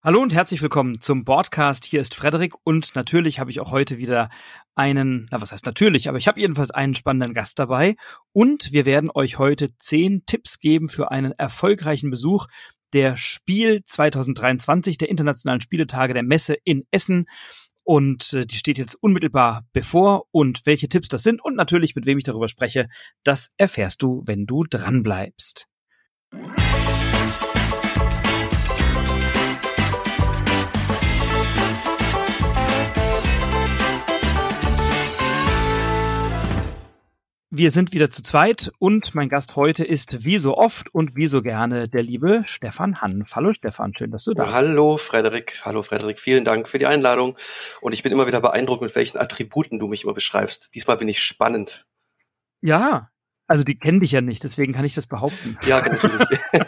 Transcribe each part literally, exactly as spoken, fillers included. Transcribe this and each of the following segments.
Hallo und herzlich willkommen zum Boardcast. Hier ist Frederik und natürlich habe ich auch heute wieder einen, na was heißt natürlich, aber ich habe jedenfalls einen spannenden Gast dabei und wir werden euch heute zehn Tipps geben für einen erfolgreichen Besuch der Spiel zwanzig dreiundzwanzig, der Internationalen Spieletage der Messe in Essen. Und äh, die steht jetzt unmittelbar bevor und welche Tipps das sind und natürlich mit wem ich darüber spreche, das erfährst du, wenn du dran bleibst. Wir sind wieder zu zweit und mein Gast heute ist wie so oft und wie so gerne der liebe Stefan Hanf. Hallo Stefan, schön, dass du da bist. Hallo Frederik, hallo Frederik, vielen Dank für die Einladung und ich bin immer wieder beeindruckt, mit welchen Attributen du mich immer beschreibst. Diesmal bin ich spannend. Ja, also die kennen dich ja nicht, deswegen kann ich das behaupten. Ja, natürlich.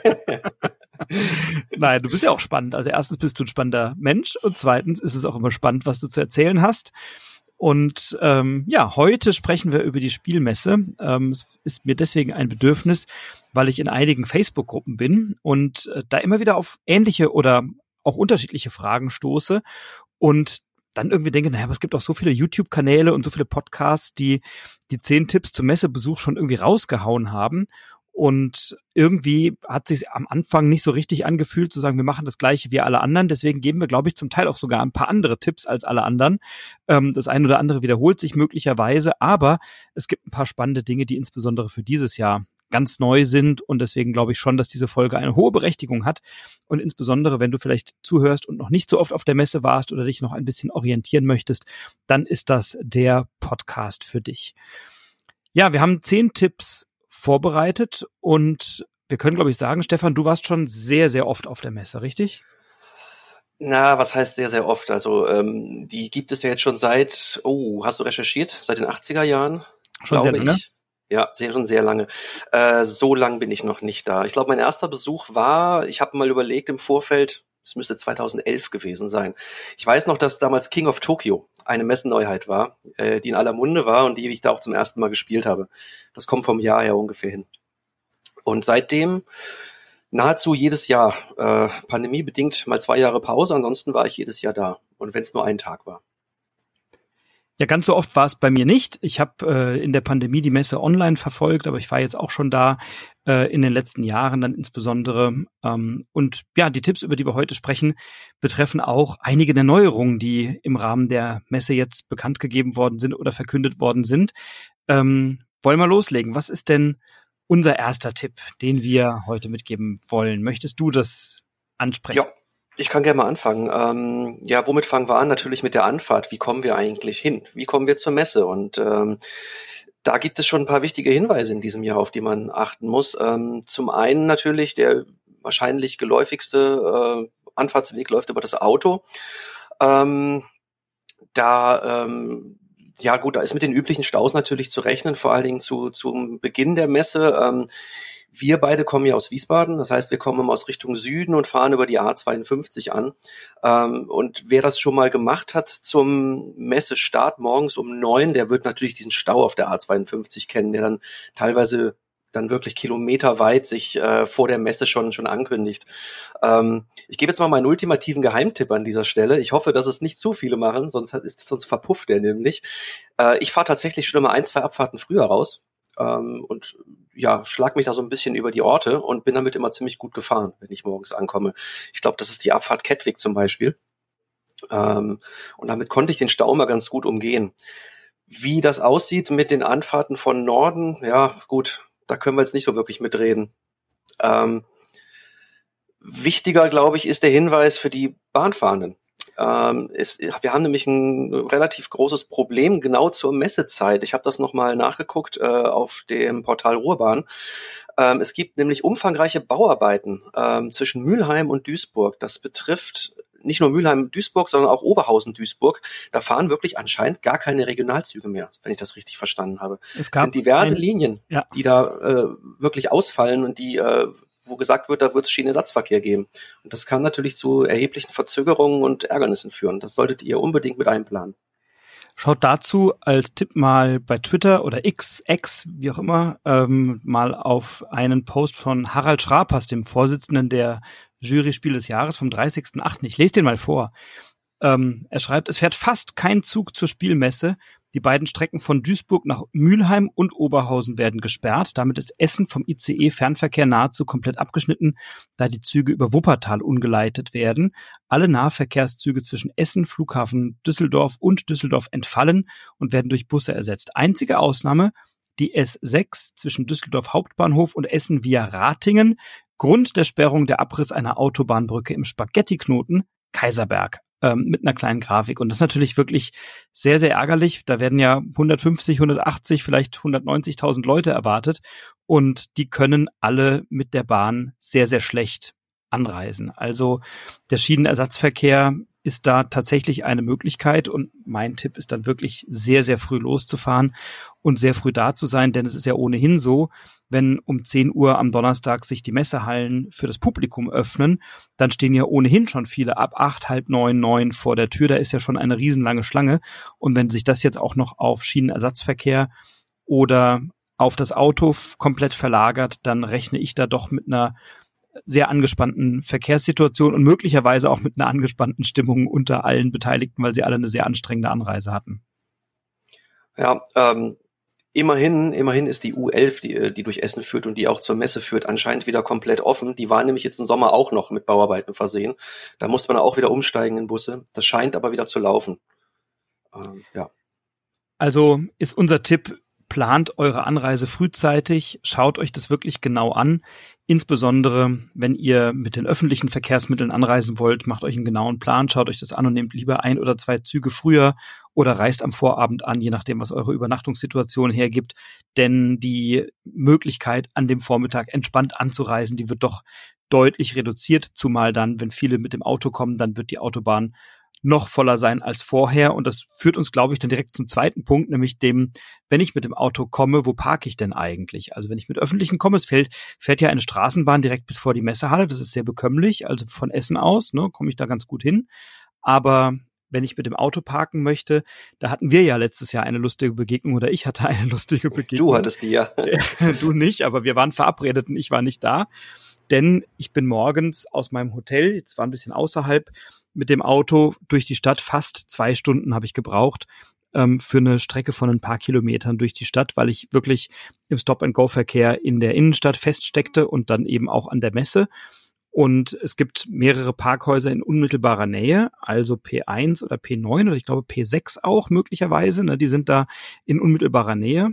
Nein, du bist ja auch spannend. Also erstens bist du ein spannender Mensch und zweitens ist es auch immer spannend, was du zu erzählen hast. Und ähm, ja, heute sprechen wir über die Spielmesse. Ähm, es ist mir deswegen ein Bedürfnis, weil ich in einigen Facebook-Gruppen bin und äh, da immer wieder auf ähnliche oder auch unterschiedliche Fragen stoße und dann irgendwie denke, naja, aber es gibt auch so viele YouTube-Kanäle und so viele Podcasts, die die zehn Tipps zum Messebesuch schon irgendwie rausgehauen haben. Und irgendwie hat sich am Anfang nicht so richtig angefühlt, zu sagen, wir machen das Gleiche wie alle anderen. Deswegen geben wir, glaube ich, zum Teil auch sogar ein paar andere Tipps als alle anderen. Ähm, das eine oder andere wiederholt sich möglicherweise, aber es gibt ein paar spannende Dinge, die insbesondere für dieses Jahr ganz neu sind. Und deswegen glaube ich schon, dass diese Folge eine hohe Berechtigung hat. Und insbesondere, wenn du vielleicht zuhörst und noch nicht so oft auf der Messe warst oder dich noch ein bisschen orientieren möchtest, dann ist das der Podcast für dich. Ja, wir haben zehn Tipps vorbereitet und wir können, glaube ich, sagen, Stefan, du warst schon sehr, sehr oft auf der Messe, richtig? Na, was heißt sehr, sehr oft? Also ähm, die gibt es ja jetzt schon seit, oh, hast du recherchiert? Seit den achtziger Jahren? Schon sehr lange? Ich. Ja, sehr, schon sehr lange. Äh, so lang bin ich noch nicht da. Ich glaube, mein erster Besuch war, ich habe mal überlegt im Vorfeld, es müsste zweitausendelf gewesen sein. Ich weiß noch, dass damals King of Tokyo eine Messenneuheit war, äh, die in aller Munde war und die ich da auch zum ersten Mal gespielt habe. Das kommt vom Jahr her ungefähr hin. Und seitdem nahezu jedes Jahr, äh, pandemiebedingt mal zwei Jahre Pause, ansonsten war ich jedes Jahr da. Und wenn es nur ein Tag war. Ja, ganz so oft war es bei mir nicht. Ich habe äh, in der Pandemie die Messe online verfolgt, aber ich war jetzt auch schon da äh, in den letzten Jahren dann insbesondere. Ähm, und ja, die Tipps, über die wir heute sprechen, betreffen auch einige der Neuerungen, die im Rahmen der Messe jetzt bekannt gegeben worden sind oder verkündet worden sind. Ähm, wollen wir loslegen? Was ist denn unser erster Tipp, den wir heute mitgeben wollen? Möchtest du das ansprechen? Ja. Ich kann gerne mal anfangen. Ähm, ja, womit fangen wir an? Natürlich mit der Anfahrt. Wie kommen wir eigentlich hin? Wie kommen wir zur Messe? Und ähm, da gibt es schon ein paar wichtige Hinweise in diesem Jahr, auf die man achten muss. Ähm, zum einen natürlich der wahrscheinlich geläufigste äh, Anfahrtsweg läuft über das Auto. Ähm, da ähm, ja gut, da ist mit den üblichen Staus natürlich zu rechnen, vor allen Dingen zu zum Beginn der Messe. Ähm, Wir beide kommen ja aus Wiesbaden, das heißt, wir kommen aus Richtung Süden und fahren über die A zweiundfünfzig an. Ähm, und wer das schon mal gemacht hat zum Messestart morgens um neun, der wird natürlich diesen Stau auf der A zweiundfünfzig kennen, der dann teilweise dann wirklich kilometerweit sich äh, vor der Messe schon schon ankündigt. Ähm, ich gebe jetzt mal meinen ultimativen Geheimtipp an dieser Stelle. Ich hoffe, dass es nicht zu viele machen, sonst ist sonst verpufft der nämlich. Äh, ich fahre tatsächlich schon immer ein, zwei Abfahrten früher raus. Ähm, und ja, schlag mich da so ein bisschen über die Orte und bin damit immer ziemlich gut gefahren, wenn ich morgens ankomme. Ich glaube, das ist die Abfahrt Kettwig zum Beispiel. Ähm, und damit konnte ich den Stau immer ganz gut umgehen. Wie das aussieht mit den Anfahrten von Norden, ja gut, da können wir jetzt nicht so wirklich mitreden. Ähm, wichtiger, glaube ich, ist der Hinweis für die Bahnfahrenden. Ähm, ist, wir haben nämlich ein relativ großes Problem genau zur Messezeit. Ich habe das nochmal nachgeguckt äh, auf dem Portal Ruhrbahn. Ähm, es gibt nämlich umfangreiche Bauarbeiten ähm, zwischen Mülheim und Duisburg. Das betrifft nicht nur Mülheim-Duisburg, sondern auch Oberhausen-Duisburg. Da fahren wirklich anscheinend gar keine Regionalzüge mehr, wenn ich das richtig verstanden habe. Es, es sind diverse ein, Linien, ja. die da äh, wirklich ausfallen und die äh, wo gesagt wird, da wird es Schienenersatzverkehr geben. Und das kann natürlich zu erheblichen Verzögerungen und Ärgernissen führen. Das solltet ihr unbedingt mit einplanen. Schaut dazu als Tipp mal bei Twitter oder X, X, wie auch immer, ähm, mal auf einen Post von Harald Schrapers, dem Vorsitzenden der Jury Spiel des Jahres vom dreißigsten achten Ich lese den mal vor. Ähm, er schreibt, es fährt fast kein Zug zur Spielmesse. Die beiden Strecken von Duisburg nach Mülheim und Oberhausen werden gesperrt. Damit ist Essen vom I C E-Fernverkehr nahezu komplett abgeschnitten, da die Züge über Wuppertal umgeleitet werden. Alle Nahverkehrszüge zwischen Essen, Flughafen Düsseldorf und Düsseldorf entfallen und werden durch Busse ersetzt. Einzige Ausnahme, die S sechs zwischen Düsseldorf Hauptbahnhof und Essen via Ratingen. Grund der Sperrung der Abriss einer Autobahnbrücke im Spaghetti-Knoten Kaiserberg. Mit einer kleinen Grafik. Und das ist natürlich wirklich sehr, sehr ärgerlich. Da werden ja hundertfünfzig, hundertachtzig, vielleicht hundertneunzigtausend Leute erwartet. Und die können alle mit der Bahn sehr, sehr schlecht anreisen. Also der Schienenersatzverkehr ist da tatsächlich eine Möglichkeit. Und mein Tipp ist dann wirklich sehr, sehr früh loszufahren und sehr früh da zu sein. Denn es ist ja ohnehin so, wenn um zehn Uhr am Donnerstag sich die Messehallen für das Publikum öffnen, dann stehen ja ohnehin schon viele ab acht, halb neun, neun vor der Tür. Da ist ja schon eine riesenlange Schlange. Und wenn sich das jetzt auch noch auf Schienenersatzverkehr oder auf das Auto f- komplett verlagert, dann rechne ich da doch mit einer sehr angespannten Verkehrssituation und möglicherweise auch mit einer angespannten Stimmung unter allen Beteiligten, weil sie alle eine sehr anstrengende Anreise hatten. Ja, ähm, immerhin, immerhin ist die U elf, die, die durch Essen führt und die auch zur Messe führt, anscheinend wieder komplett offen. Die waren nämlich jetzt im Sommer auch noch mit Bauarbeiten versehen. Da musste man auch wieder umsteigen in Busse. Das scheint aber wieder zu laufen. Ähm, ja. Also ist unser Tipp, plant eure Anreise frühzeitig, schaut euch das wirklich genau an. Insbesondere, wenn ihr mit den öffentlichen Verkehrsmitteln anreisen wollt, macht euch einen genauen Plan, schaut euch das an und nehmt lieber ein oder zwei Züge früher oder reist am Vorabend an, je nachdem, was eure Übernachtungssituation hergibt. Denn die Möglichkeit, an dem Vormittag entspannt anzureisen, die wird doch deutlich reduziert, zumal dann, wenn viele mit dem Auto kommen, dann wird die Autobahn noch voller sein als vorher. Und das führt uns, glaube ich, dann direkt zum zweiten Punkt, nämlich dem, wenn ich mit dem Auto komme, wo parke ich denn eigentlich? Also wenn ich mit öffentlichen komme, es fährt, fährt ja eine Straßenbahn direkt bis vor die Messehalle. Das ist sehr bekömmlich. Also von Essen aus, ne, komme ich da ganz gut hin. Aber wenn ich mit dem Auto parken möchte, da hatten wir ja letztes Jahr eine lustige Begegnung oder ich hatte eine lustige Begegnung. Du hattest die ja. Du nicht, aber wir waren verabredet und ich war nicht da. Denn ich bin morgens aus meinem Hotel, jetzt war ein bisschen außerhalb, mit dem Auto durch die Stadt. Fast zwei Stunden habe ich gebraucht ähm, für eine Strecke von ein paar Kilometern durch die Stadt, weil ich wirklich im Stop-and-Go-Verkehr in der Innenstadt feststeckte und dann eben auch an der Messe. Und es gibt mehrere Parkhäuser in unmittelbarer Nähe, also P eins oder P neun oder ich glaube P sechs auch möglicherweise. Ne, die sind da in unmittelbarer Nähe.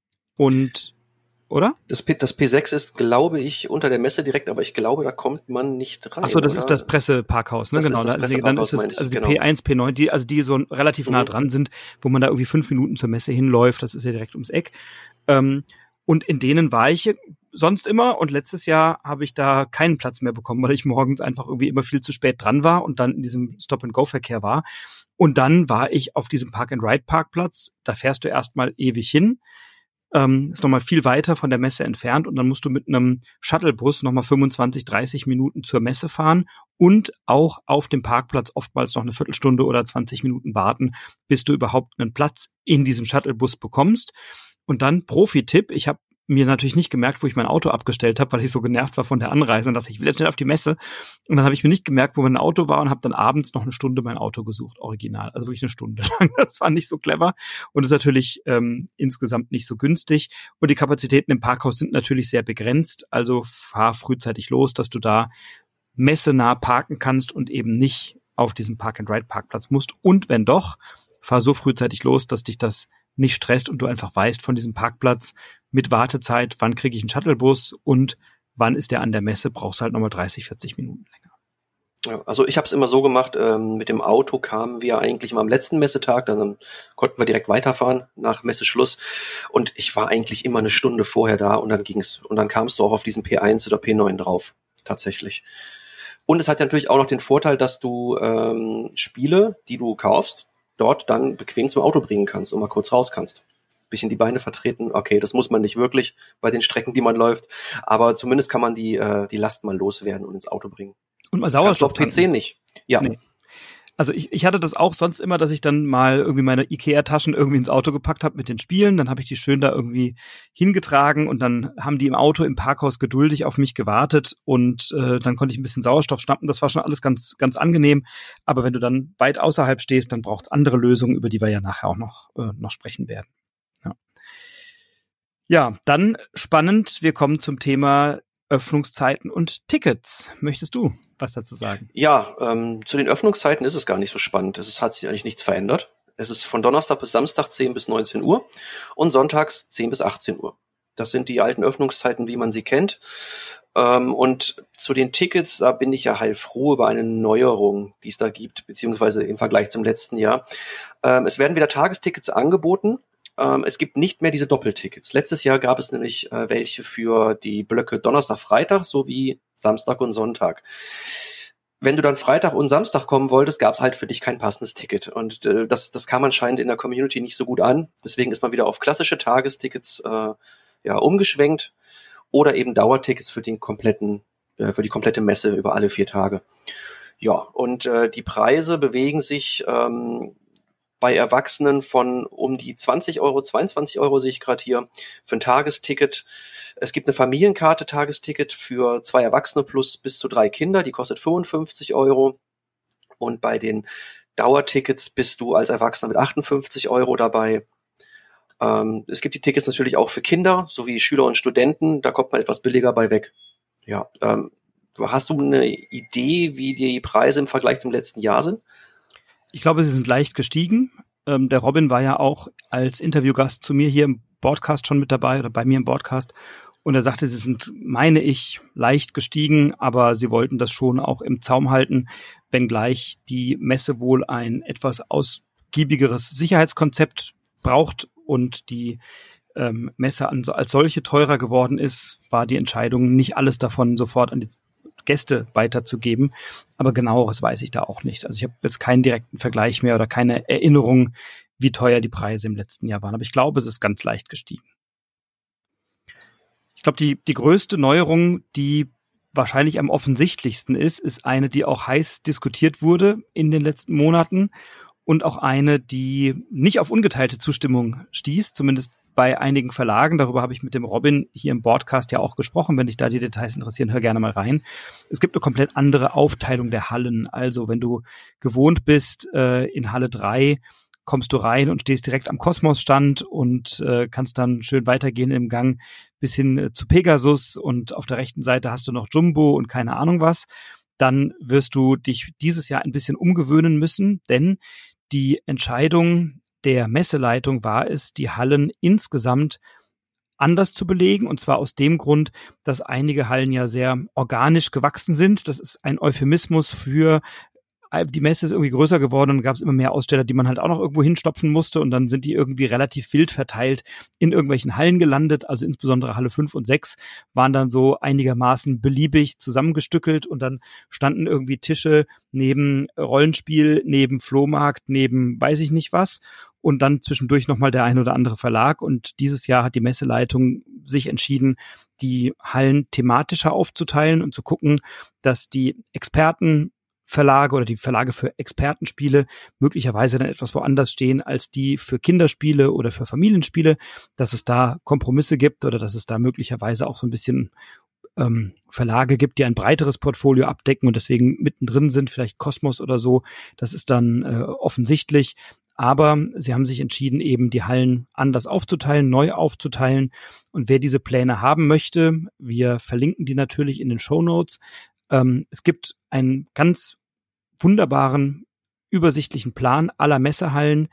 Und oder? Das, P, das P sechs ist, glaube ich, unter der Messe direkt, aber ich glaube, da kommt man nicht rein. Ach so, das oder? ist das Presseparkhaus, ne? Das genau. ist das Da, dann ist es meine ich, also die genau. P eins, P neun, die also die so relativ nah Mhm. dran sind, wo man da irgendwie fünf Minuten zur Messe hinläuft. Das ist ja direkt ums Eck. Ähm, und in denen war ich sonst immer und letztes Jahr habe ich da keinen Platz mehr bekommen, weil ich morgens einfach irgendwie immer viel zu spät dran war und dann in diesem Stop-and-Go-Verkehr war. Und dann war ich auf diesem Park-and-Ride-Parkplatz. Da fährst du erstmal ewig hin. Ähm, ist nochmal viel weiter von der Messe entfernt und dann musst du mit einem Shuttlebus nochmal fünfundzwanzig, dreißig Minuten zur Messe fahren und auch auf dem Parkplatz oftmals noch eine Viertelstunde oder zwanzig Minuten warten, bis du überhaupt einen Platz in diesem Shuttlebus bekommst. Und dann Profi-Tipp, ich habe mir natürlich nicht gemerkt, wo ich mein Auto abgestellt habe, weil ich so genervt war von der Anreise und dachte, ich will jetzt schnell auf die Messe. Und dann habe ich mir nicht gemerkt, wo mein Auto war und habe dann abends noch eine Stunde mein Auto gesucht, original. Also wirklich eine Stunde lang. Das war nicht so clever und ist natürlich ähm, insgesamt nicht so günstig. Und die Kapazitäten im Parkhaus sind natürlich sehr begrenzt. Also fahr frühzeitig los, dass du da messenah parken kannst und eben nicht auf diesem Park-and-Ride-Parkplatz musst. Und wenn doch, fahr so frühzeitig los, dass dich das nicht stresst und du einfach weißt von diesem Parkplatz mit Wartezeit, wann kriege ich einen Shuttlebus und wann ist der an der Messe, brauchst du halt nochmal dreißig, vierzig Minuten länger. Ja, also ich habe es immer so gemacht, ähm, mit dem Auto kamen wir eigentlich mal am letzten Messetag, dann konnten wir direkt weiterfahren nach Messeschluss und ich war eigentlich immer eine Stunde vorher da und dann ging's und dann kamst du auch auf diesen P eins oder P neun drauf, tatsächlich. Und es hat ja natürlich auch noch den Vorteil, dass du ähm, Spiele, die du kaufst, dort dann bequem zum Auto bringen kannst und mal kurz raus kannst. Bisschen die Beine vertreten, okay, das muss man nicht wirklich bei den Strecken, die man läuft, aber zumindest kann man die äh, die Last mal loswerden und ins Auto bringen. Und mal Das kannst du Sauerstoff auf P C nicht. Ja. Nee. Also ich, ich hatte das auch sonst immer, dass ich dann mal irgendwie meine Ikea-Taschen irgendwie ins Auto gepackt habe mit den Spielen. Dann habe ich die schön da irgendwie hingetragen und dann haben die im Auto im Parkhaus geduldig auf mich gewartet und äh, dann konnte ich ein bisschen Sauerstoff schnappen. Das war schon alles ganz ganz angenehm. Aber wenn du dann weit außerhalb stehst, dann braucht es andere Lösungen, über die wir ja nachher auch noch äh, noch sprechen werden. Ja. ja, dann spannend. Wir kommen zum Thema Öffnungszeiten und Tickets. Möchtest du was dazu sagen? Ja, ähm, zu den Öffnungszeiten ist es gar nicht so spannend. Es hat sich eigentlich nichts verändert. Es ist von Donnerstag bis Samstag zehn bis neunzehn Uhr und sonntags zehn bis achtzehn Uhr. Das sind die alten Öffnungszeiten, wie man sie kennt. Ähm, und zu den Tickets, da bin ich ja heilfroh über eine Neuerung, die es da gibt, beziehungsweise im Vergleich zum letzten Jahr. Ähm, es werden wieder Tagestickets angeboten. Es gibt nicht mehr diese Doppeltickets. Letztes Jahr gab es nämlich äh, welche für die Blöcke Donnerstag, Freitag sowie Samstag und Sonntag. Wenn du dann Freitag und Samstag kommen wolltest, gab es halt für dich kein passendes Ticket. Und äh, das, das kam anscheinend in der Community nicht so gut an. Deswegen ist man wieder auf klassische Tagestickets äh, ja, umgeschwenkt oder eben Dauertickets für den kompletten, äh, für die komplette Messe über alle vier Tage. Ja, und äh, die Preise bewegen sich ähm, bei Erwachsenen von um die zwanzig Euro, zweiundzwanzig Euro sehe ich gerade hier, für ein Tagesticket. Es gibt eine Familienkarte, Tagesticket für zwei Erwachsene plus bis zu drei Kinder, die kostet fünfundfünfzig Euro. Und bei den Dauertickets bist du als Erwachsener mit achtundfünfzig Euro dabei. Ähm, es gibt die Tickets natürlich auch für Kinder, sowie Schüler und Studenten, da kommt man etwas billiger bei weg. Ja, ähm, hast du eine Idee, wie die Preise im Vergleich zum letzten Jahr sind? Ich glaube, sie sind leicht gestiegen. Ähm, der Robin war ja auch als Interviewgast zu mir hier im Podcast schon mit dabei oder bei mir im Podcast. Und er sagte, sie sind, meine ich, leicht gestiegen, aber sie wollten das schon auch im Zaum halten, wenngleich die Messe wohl ein etwas ausgiebigeres Sicherheitskonzept braucht und die ähm, Messe an, als solche teurer geworden ist, war die Entscheidung, nicht alles davon sofort an die Gäste weiterzugeben. Aber genaueres weiß ich da auch nicht. Also ich habe jetzt keinen direkten Vergleich mehr oder keine Erinnerung, wie teuer die Preise im letzten Jahr waren. Aber ich glaube, es ist ganz leicht gestiegen. Ich glaube, die, die größte Neuerung, die wahrscheinlich am offensichtlichsten ist, ist eine, die auch heiß diskutiert wurde in den letzten Monaten und auch eine, die nicht auf ungeteilte Zustimmung stieß, zumindest bei einigen Verlagen. Darüber habe ich mit dem Robin hier im Podcast ja auch gesprochen. Wenn dich da die Details interessieren, hör gerne mal rein. Es gibt eine komplett andere Aufteilung der Hallen. Also wenn du gewohnt bist, äh, in Halle drei kommst du rein und stehst direkt am Kosmos-Stand und äh, kannst dann schön weitergehen im Gang bis hin äh, zu Pegasus und auf der rechten Seite hast du noch Jumbo und keine Ahnung was. Dann wirst du dich dieses Jahr ein bisschen umgewöhnen müssen, denn die Entscheidung der Messeleitung war es, die Hallen insgesamt anders zu belegen. Und zwar aus dem Grund, dass einige Hallen ja sehr organisch gewachsen sind. Das ist ein Euphemismus für, die Messe ist irgendwie größer geworden und gab es immer mehr Aussteller, die man halt auch noch irgendwo hinstopfen musste. Und dann sind die irgendwie relativ wild verteilt in irgendwelchen Hallen gelandet. Also insbesondere Halle fünf und sechs waren dann so einigermaßen beliebig zusammengestückelt. Und dann standen irgendwie Tische neben Rollenspiel, neben Flohmarkt, neben weiß ich nicht was. Und dann zwischendurch nochmal der ein oder andere Verlag. Und dieses Jahr hat die Messeleitung sich entschieden, die Hallen thematischer aufzuteilen und zu gucken, dass die Experten Verlage oder die Verlage für Expertenspiele möglicherweise dann etwas woanders stehen als die für Kinderspiele oder für Familienspiele, dass es da Kompromisse gibt oder dass es da möglicherweise auch so ein bisschen ähm, Verlage gibt, die ein breiteres Portfolio abdecken und deswegen mittendrin sind, vielleicht Kosmos oder so. Das ist dann äh, offensichtlich. Aber sie haben sich entschieden, eben die Hallen anders aufzuteilen, neu aufzuteilen. Und wer diese Pläne haben möchte, wir verlinken die natürlich in den Shownotes. Ähm, es gibt einen ganz wunderbaren, übersichtlichen Plan aller Messehallen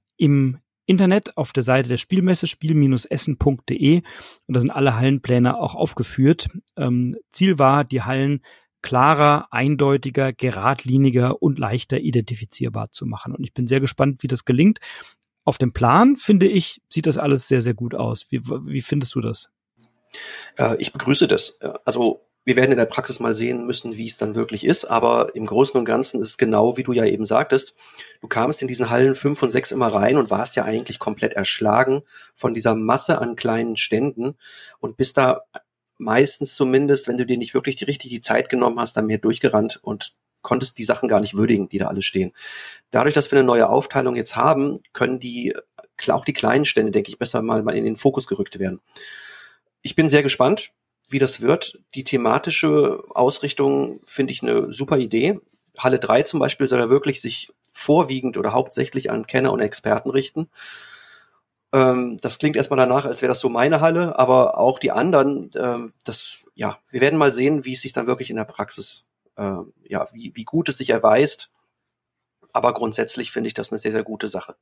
im Internet auf der Seite der Spielmesse, spiel essen punkt de, und da sind alle Hallenpläne auch aufgeführt. Ähm, Ziel war, die Hallen klarer, eindeutiger, geradliniger und leichter identifizierbar zu machen. Und ich bin sehr gespannt, wie das gelingt. Auf dem Plan, finde ich, sieht das alles sehr, sehr gut aus. Wie, wie findest du das? Äh, ich begrüße das. Also wir werden in der Praxis mal sehen müssen, wie es dann wirklich ist, aber im Großen und Ganzen ist es genau, wie du ja eben sagtest, du kamst in diesen Hallen fünf und sechs immer rein und warst ja eigentlich komplett erschlagen von dieser Masse an kleinen Ständen und bist da meistens zumindest, wenn du dir nicht wirklich die richtig die Zeit genommen hast, dann mehr durchgerannt und konntest die Sachen gar nicht würdigen, die da alle stehen. Dadurch, dass wir eine neue Aufteilung jetzt haben, können die, auch die kleinen Stände, denke ich, besser mal, mal in den Fokus gerückt werden. Ich bin sehr gespannt, wie das wird. Die thematische Ausrichtung finde ich eine super Idee. Halle drei zum Beispiel soll ja wirklich sich vorwiegend oder hauptsächlich an Kenner und Experten richten. Ähm, das klingt erstmal danach, als wäre das so meine Halle, aber auch die anderen, ähm, das, ja, wir werden mal sehen, wie es sich dann wirklich in der Praxis, äh, ja, wie, wie gut es sich erweist. Aber grundsätzlich finde ich das eine sehr, sehr gute Sache.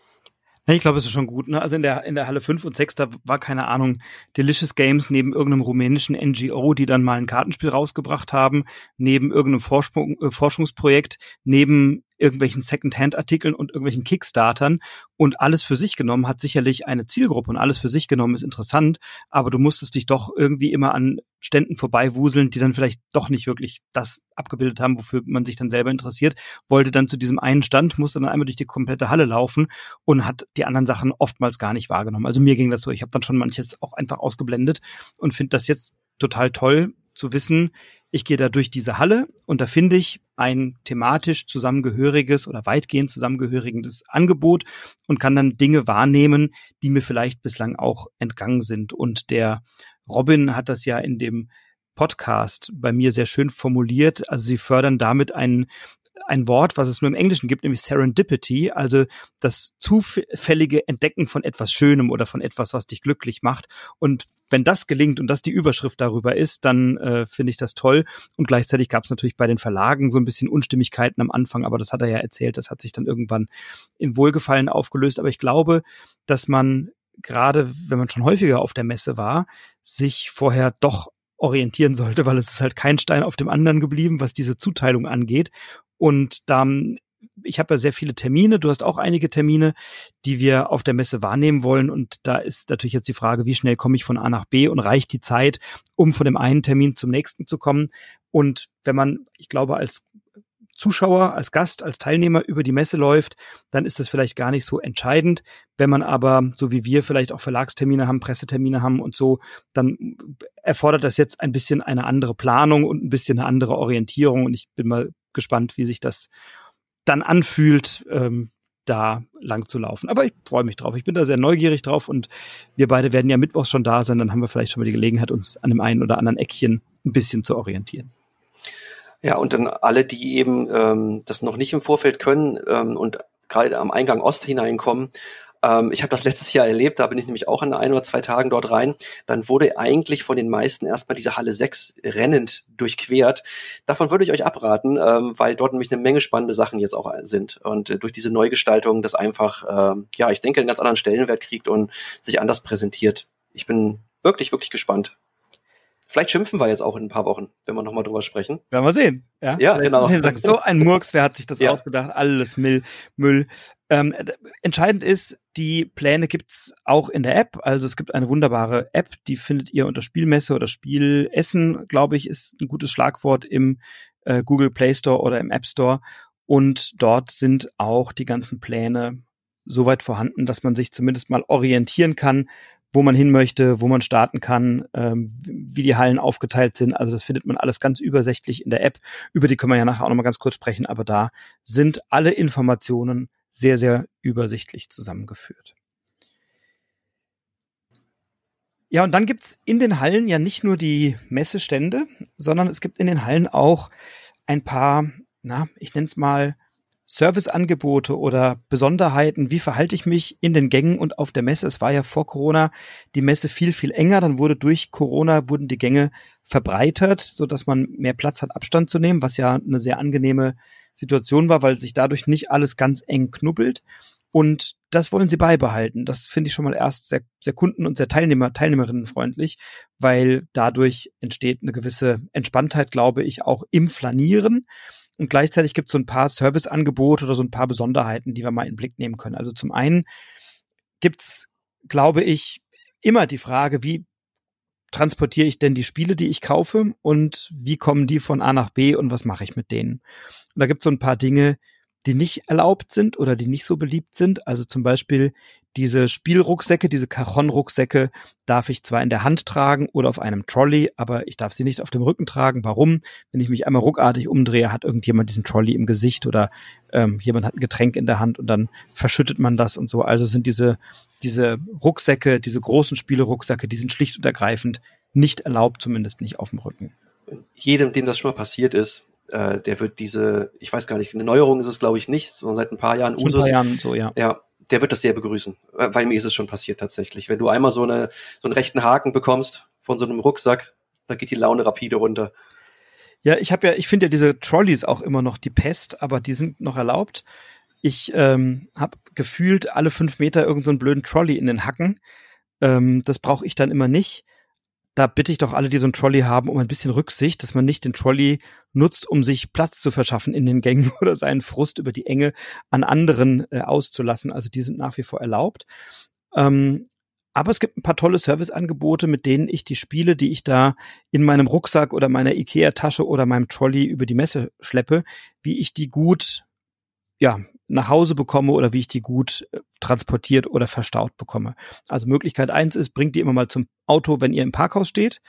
Ja, ich glaube, es ist schon gut. Ne? Also in der in der Halle fünf und sechs, da war, keine Ahnung, Delicious Games neben irgendeinem rumänischen N G O, die dann mal ein Kartenspiel rausgebracht haben, neben irgendeinem Forschung, äh, Forschungsprojekt, neben irgendwelchen Second-Hand-Artikeln und irgendwelchen Kickstartern, und alles für sich genommen hat sicherlich eine Zielgruppe und alles für sich genommen ist interessant, aber du musstest dich doch irgendwie immer an Ständen vorbeiwuseln, die dann vielleicht doch nicht wirklich das abgebildet haben, wofür man sich dann selber interessiert, wollte dann zu diesem einen Stand, musste dann einmal durch die komplette Halle laufen und hat die anderen Sachen oftmals gar nicht wahrgenommen. Also mir ging das so, ich habe dann schon manches auch einfach ausgeblendet und finde das jetzt total toll zu wissen, ich gehe da durch diese Halle und da finde ich ein thematisch zusammengehöriges oder weitgehend zusammengehöriges Angebot und kann dann Dinge wahrnehmen, die mir vielleicht bislang auch entgangen sind. Und der Robin hat das ja in dem Podcast bei mir sehr schön formuliert. Also sie fördern damit ein ein Wort, was es nur im Englischen gibt, nämlich Serendipity, also das zufällige Entdecken von etwas Schönem oder von etwas, was dich glücklich macht. Und wenn das gelingt und das die Überschrift darüber ist, dann äh, finde ich das toll. Und gleichzeitig gab es natürlich bei den Verlagen so ein bisschen Unstimmigkeiten am Anfang, aber das hat er ja erzählt, das hat sich dann irgendwann in Wohlgefallen aufgelöst. Aber ich glaube, dass man gerade, wenn man schon häufiger auf der Messe war, sich vorher doch orientieren sollte, weil es ist halt kein Stein auf dem anderen geblieben, was diese Zuteilung angeht. Und dann, ich habe ja sehr viele Termine, du hast auch einige Termine, die wir auf der Messe wahrnehmen wollen. Und da ist natürlich jetzt die Frage, wie schnell komme ich von A nach B und reicht die Zeit, um von dem einen Termin zum nächsten zu kommen. Und wenn man, ich glaube, als Zuschauer, als Gast, als Teilnehmer über die Messe läuft, dann ist das vielleicht gar nicht so entscheidend. Wenn man aber, so wie wir, vielleicht auch Verlagstermine haben, Pressetermine haben und so, dann erfordert das jetzt ein bisschen eine andere Planung und ein bisschen eine andere Orientierung. Und ich bin mal gespannt, wie sich das dann anfühlt, ähm, da lang zu laufen. Aber ich freue mich drauf. Ich bin da sehr neugierig drauf und wir beide werden ja mittwochs schon da sein. Dann haben wir vielleicht schon mal die Gelegenheit, uns an dem einen oder anderen Eckchen ein bisschen zu orientieren. Ja, und dann alle, die eben ähm, das noch nicht im Vorfeld können ähm, und gerade am Eingang Ost hineinkommen. Ähm, ich habe das letztes Jahr erlebt, da bin ich nämlich auch an ein oder zwei Tagen dort rein. Dann wurde eigentlich von den meisten erstmal diese Halle sechs rennend durchquert. Davon würde ich euch abraten, ähm, weil dort nämlich eine Menge spannende Sachen jetzt auch sind. Und äh, durch diese Neugestaltung das einfach, äh, ja, ich denke, einen ganz anderen Stellenwert kriegt und sich anders präsentiert. Ich bin wirklich, wirklich gespannt. Vielleicht schimpfen wir jetzt auch in ein paar Wochen, wenn wir nochmal drüber sprechen. Werden wir sehen. Ja, ja genau. Sagt, so ein Murks, wer hat sich das ja. ausgedacht? Alles Müll. Müll. Ähm, entscheidend ist, die Pläne gibt's auch in der App. Also es gibt eine wunderbare App, die findet ihr unter Spielmesse oder Spielessen, glaube ich, ist ein gutes Schlagwort im äh, Google Play Store oder im App Store. Und dort sind auch die ganzen Pläne soweit vorhanden, dass man sich zumindest mal orientieren kann, wo man hin möchte, wo man starten kann, ähm, wie die Hallen aufgeteilt sind. Also das findet man alles ganz übersichtlich in der App. Über die können wir ja nachher auch nochmal ganz kurz sprechen, aber da sind alle Informationen sehr, sehr übersichtlich zusammengeführt. Ja, und dann gibt's in den Hallen ja nicht nur die Messestände, sondern es gibt in den Hallen auch ein paar, na, ich nenne es mal Serviceangebote oder Besonderheiten, wie verhalte ich mich in den Gängen und auf der Messe. Es war ja vor Corona die Messe viel, viel enger. Dann wurde durch Corona wurden die Gänge verbreitert, so dass man mehr Platz hat, Abstand zu nehmen, was ja eine sehr angenehme Situation war, weil sich dadurch nicht alles ganz eng knubbelt. Und das wollen sie beibehalten. Das finde ich schon mal erst sehr, sehr kunden- und sehr Teilnehmer, Teilnehmerinnenfreundlich, weil dadurch entsteht eine gewisse Entspanntheit, glaube ich, auch im Flanieren. Und gleichzeitig gibt es so ein paar Serviceangebote oder so ein paar Besonderheiten, die wir mal in den Blick nehmen können. Also zum einen gibt's, glaube ich, immer die Frage, wie transportiere ich denn die Spiele, die ich kaufe und wie kommen die von A nach B und was mache ich mit denen? Und da gibt's so ein paar Dinge, die nicht erlaubt sind oder die nicht so beliebt sind. Also zum Beispiel diese Spielrucksäcke, diese Cajon-Rucksäcke darf ich zwar in der Hand tragen oder auf einem Trolley, aber ich darf sie nicht auf dem Rücken tragen. Warum? Wenn ich mich einmal ruckartig umdrehe, hat irgendjemand diesen Trolley im Gesicht oder ähm, jemand hat ein Getränk in der Hand und dann verschüttet man das und so. Also sind diese, diese Rucksäcke, diese großen Spielrucksäcke, die sind schlicht und ergreifend nicht erlaubt, zumindest nicht auf dem Rücken. Jedem, dem das schon mal passiert ist, äh, der wird diese, ich weiß gar nicht, eine Neuerung ist es glaube ich nicht, sondern seit ein paar Jahren Schon Usus. ein paar Jahren so, ja. Ja, der wird das sehr begrüßen, weil mir ist es schon passiert tatsächlich. Wenn du einmal so eine so einen rechten Haken bekommst von so einem Rucksack, dann geht die Laune rapide runter. Ja, ich habe ja, ich finde ja diese Trolleys auch immer noch die Pest, aber die sind noch erlaubt. Ich ähm, habe gefühlt alle fünf Meter irgend so einen blöden Trolley in den Hacken. Ähm, das brauche ich dann immer nicht. Da bitte ich doch alle, die so einen Trolley haben, um ein bisschen Rücksicht, dass man nicht den Trolley nutzt, um sich Platz zu verschaffen in den Gängen oder seinen Frust über die Enge an anderen äh, auszulassen. Also die sind nach wie vor erlaubt. Ähm, aber es gibt ein paar tolle Serviceangebote, mit denen ich die Spiele, die ich da in meinem Rucksack oder meiner Ikea-Tasche oder meinem Trolley über die Messe schleppe, wie ich die gut, ja, nach Hause bekomme oder wie ich die gut äh, transportiert oder verstaut bekomme. Also Möglichkeit eins ist, bringt die immer mal zum Auto, wenn ihr im Parkhaus steht.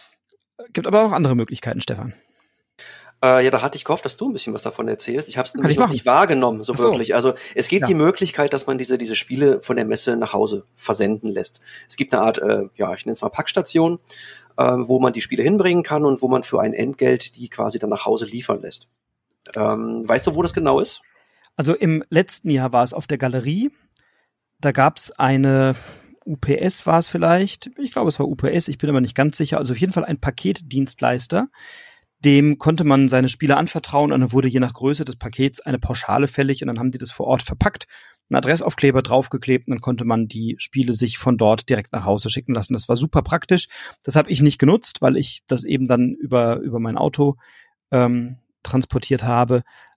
Gibt aber auch andere Möglichkeiten, Stefan. Äh, ja, da hatte ich gehofft, dass du ein bisschen was davon erzählst. Ich habe es nämlich ich noch machen. nicht wahrgenommen, so, so wirklich. Also es gibt Ja. die Möglichkeit, dass man diese diese Spiele von der Messe nach Hause versenden lässt. Es gibt eine Art, äh, ja, ich nenne es mal Packstation, äh, wo man die Spiele hinbringen kann und wo man für ein Entgelt die quasi dann nach Hause liefern lässt. Ähm, weißt du, wo das genau ist? Also im letzten Jahr war es auf der Galerie. Da gab es eine U P S war es vielleicht. Ich glaube, es war U P S. Ich bin aber nicht ganz sicher. Also auf jeden Fall ein Paketdienstleister. Dem konnte man seine Spiele anvertrauen und dann wurde je nach Größe des Pakets eine Pauschale fällig und dann haben die das vor Ort verpackt, einen Adressaufkleber draufgeklebt und dann konnte man die Spiele sich von dort direkt nach Hause schicken lassen. Das war super praktisch. Das habe ich nicht genutzt, weil ich das eben dann über, über mein Auto ähm, transportiert habe.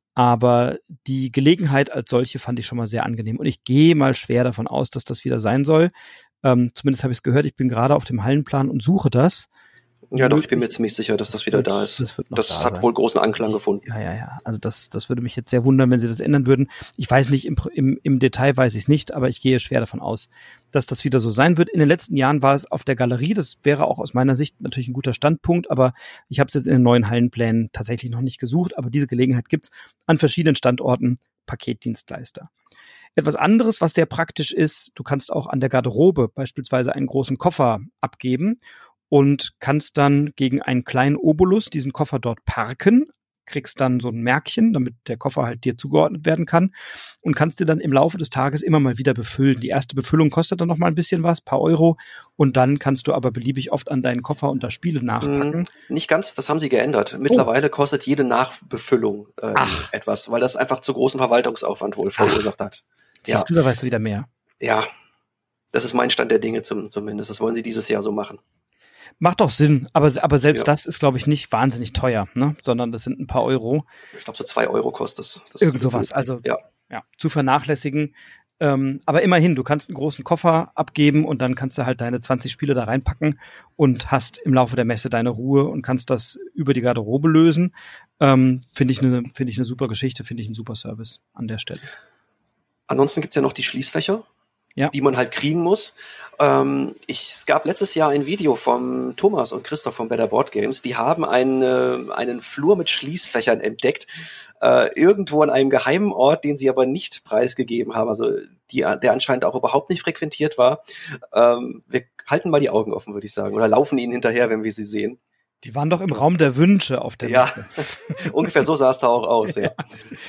Aber die Gelegenheit als solche fand ich schon mal sehr angenehm. Und ich gehe mal schwer davon aus, dass das wieder sein soll. Ähm, zumindest habe ich es gehört. Ich bin gerade auf dem Hallenplan und suche das. Ja, doch, ich bin mir ziemlich sicher, dass das wieder da ist. Das, wird noch das da hat sein. wohl großen Anklang gefunden. Ja, ja, ja. Also das, das würde mich jetzt sehr wundern, wenn sie das ändern würden. Ich weiß nicht, im, im, im Detail weiß ich es nicht, aber ich gehe schwer davon aus, dass das wieder so sein wird. In den letzten Jahren war es auf der Galerie. Das wäre auch aus meiner Sicht natürlich ein guter Standpunkt, aber ich habe es jetzt in den neuen Hallenplänen tatsächlich noch nicht gesucht. Aber diese Gelegenheit gibt's an verschiedenen Standorten, Paketdienstleister. Etwas anderes, was sehr praktisch ist, du kannst auch an der Garderobe beispielsweise einen großen Koffer abgeben und kannst dann gegen einen kleinen Obolus diesen Koffer dort parken, kriegst dann so ein Märkchen, damit der Koffer halt dir zugeordnet werden kann und kannst dir dann im Laufe des Tages immer mal wieder befüllen. Die erste Befüllung kostet dann noch mal ein bisschen was, paar Euro, und dann kannst du aber beliebig oft an deinen Koffer und da Spiele nachpacken. Mm, nicht ganz, das haben sie geändert. Mittlerweile oh. kostet jede Nachbefüllung äh, etwas, weil das einfach zu großen Verwaltungsaufwand wohl verursacht Ach. hat. Ja. Du, da weißt du wieder mehr. Ja, das ist mein Stand der Dinge zum, zumindest. Das wollen sie dieses Jahr so machen. Macht doch Sinn, aber, aber selbst ja. das ist, glaube ich, nicht wahnsinnig teuer, ne? Sondern das sind ein paar Euro. Ich glaube, so zwei Euro kostet es. Das. Irgend sowas, also ja. ja, zu vernachlässigen. Ähm, aber immerhin, du kannst einen großen Koffer abgeben und dann kannst du halt deine zwanzig Spiele da reinpacken und hast im Laufe der Messe deine Ruhe und kannst das über die Garderobe lösen. Ähm, finde ich eine finde ich eine super Geschichte, finde ich einen super Service an der Stelle. Ansonsten gibt's ja noch die Schließfächer. Ja. Die man halt kriegen muss. Ähm, ich, es gab letztes Jahr ein Video vom Thomas und Christoph von Better Board Games. Die haben einen, einen Flur mit Schließfächern entdeckt, äh, irgendwo an einem geheimen Ort, den sie aber nicht preisgegeben haben, also die, der anscheinend auch überhaupt nicht frequentiert war. Ähm, wir halten mal die Augen offen, würde ich sagen, oder laufen ihnen hinterher, wenn wir sie sehen. Die waren doch im Raum der Wünsche auf der Ja, ungefähr so sah es da auch aus, ja. ja.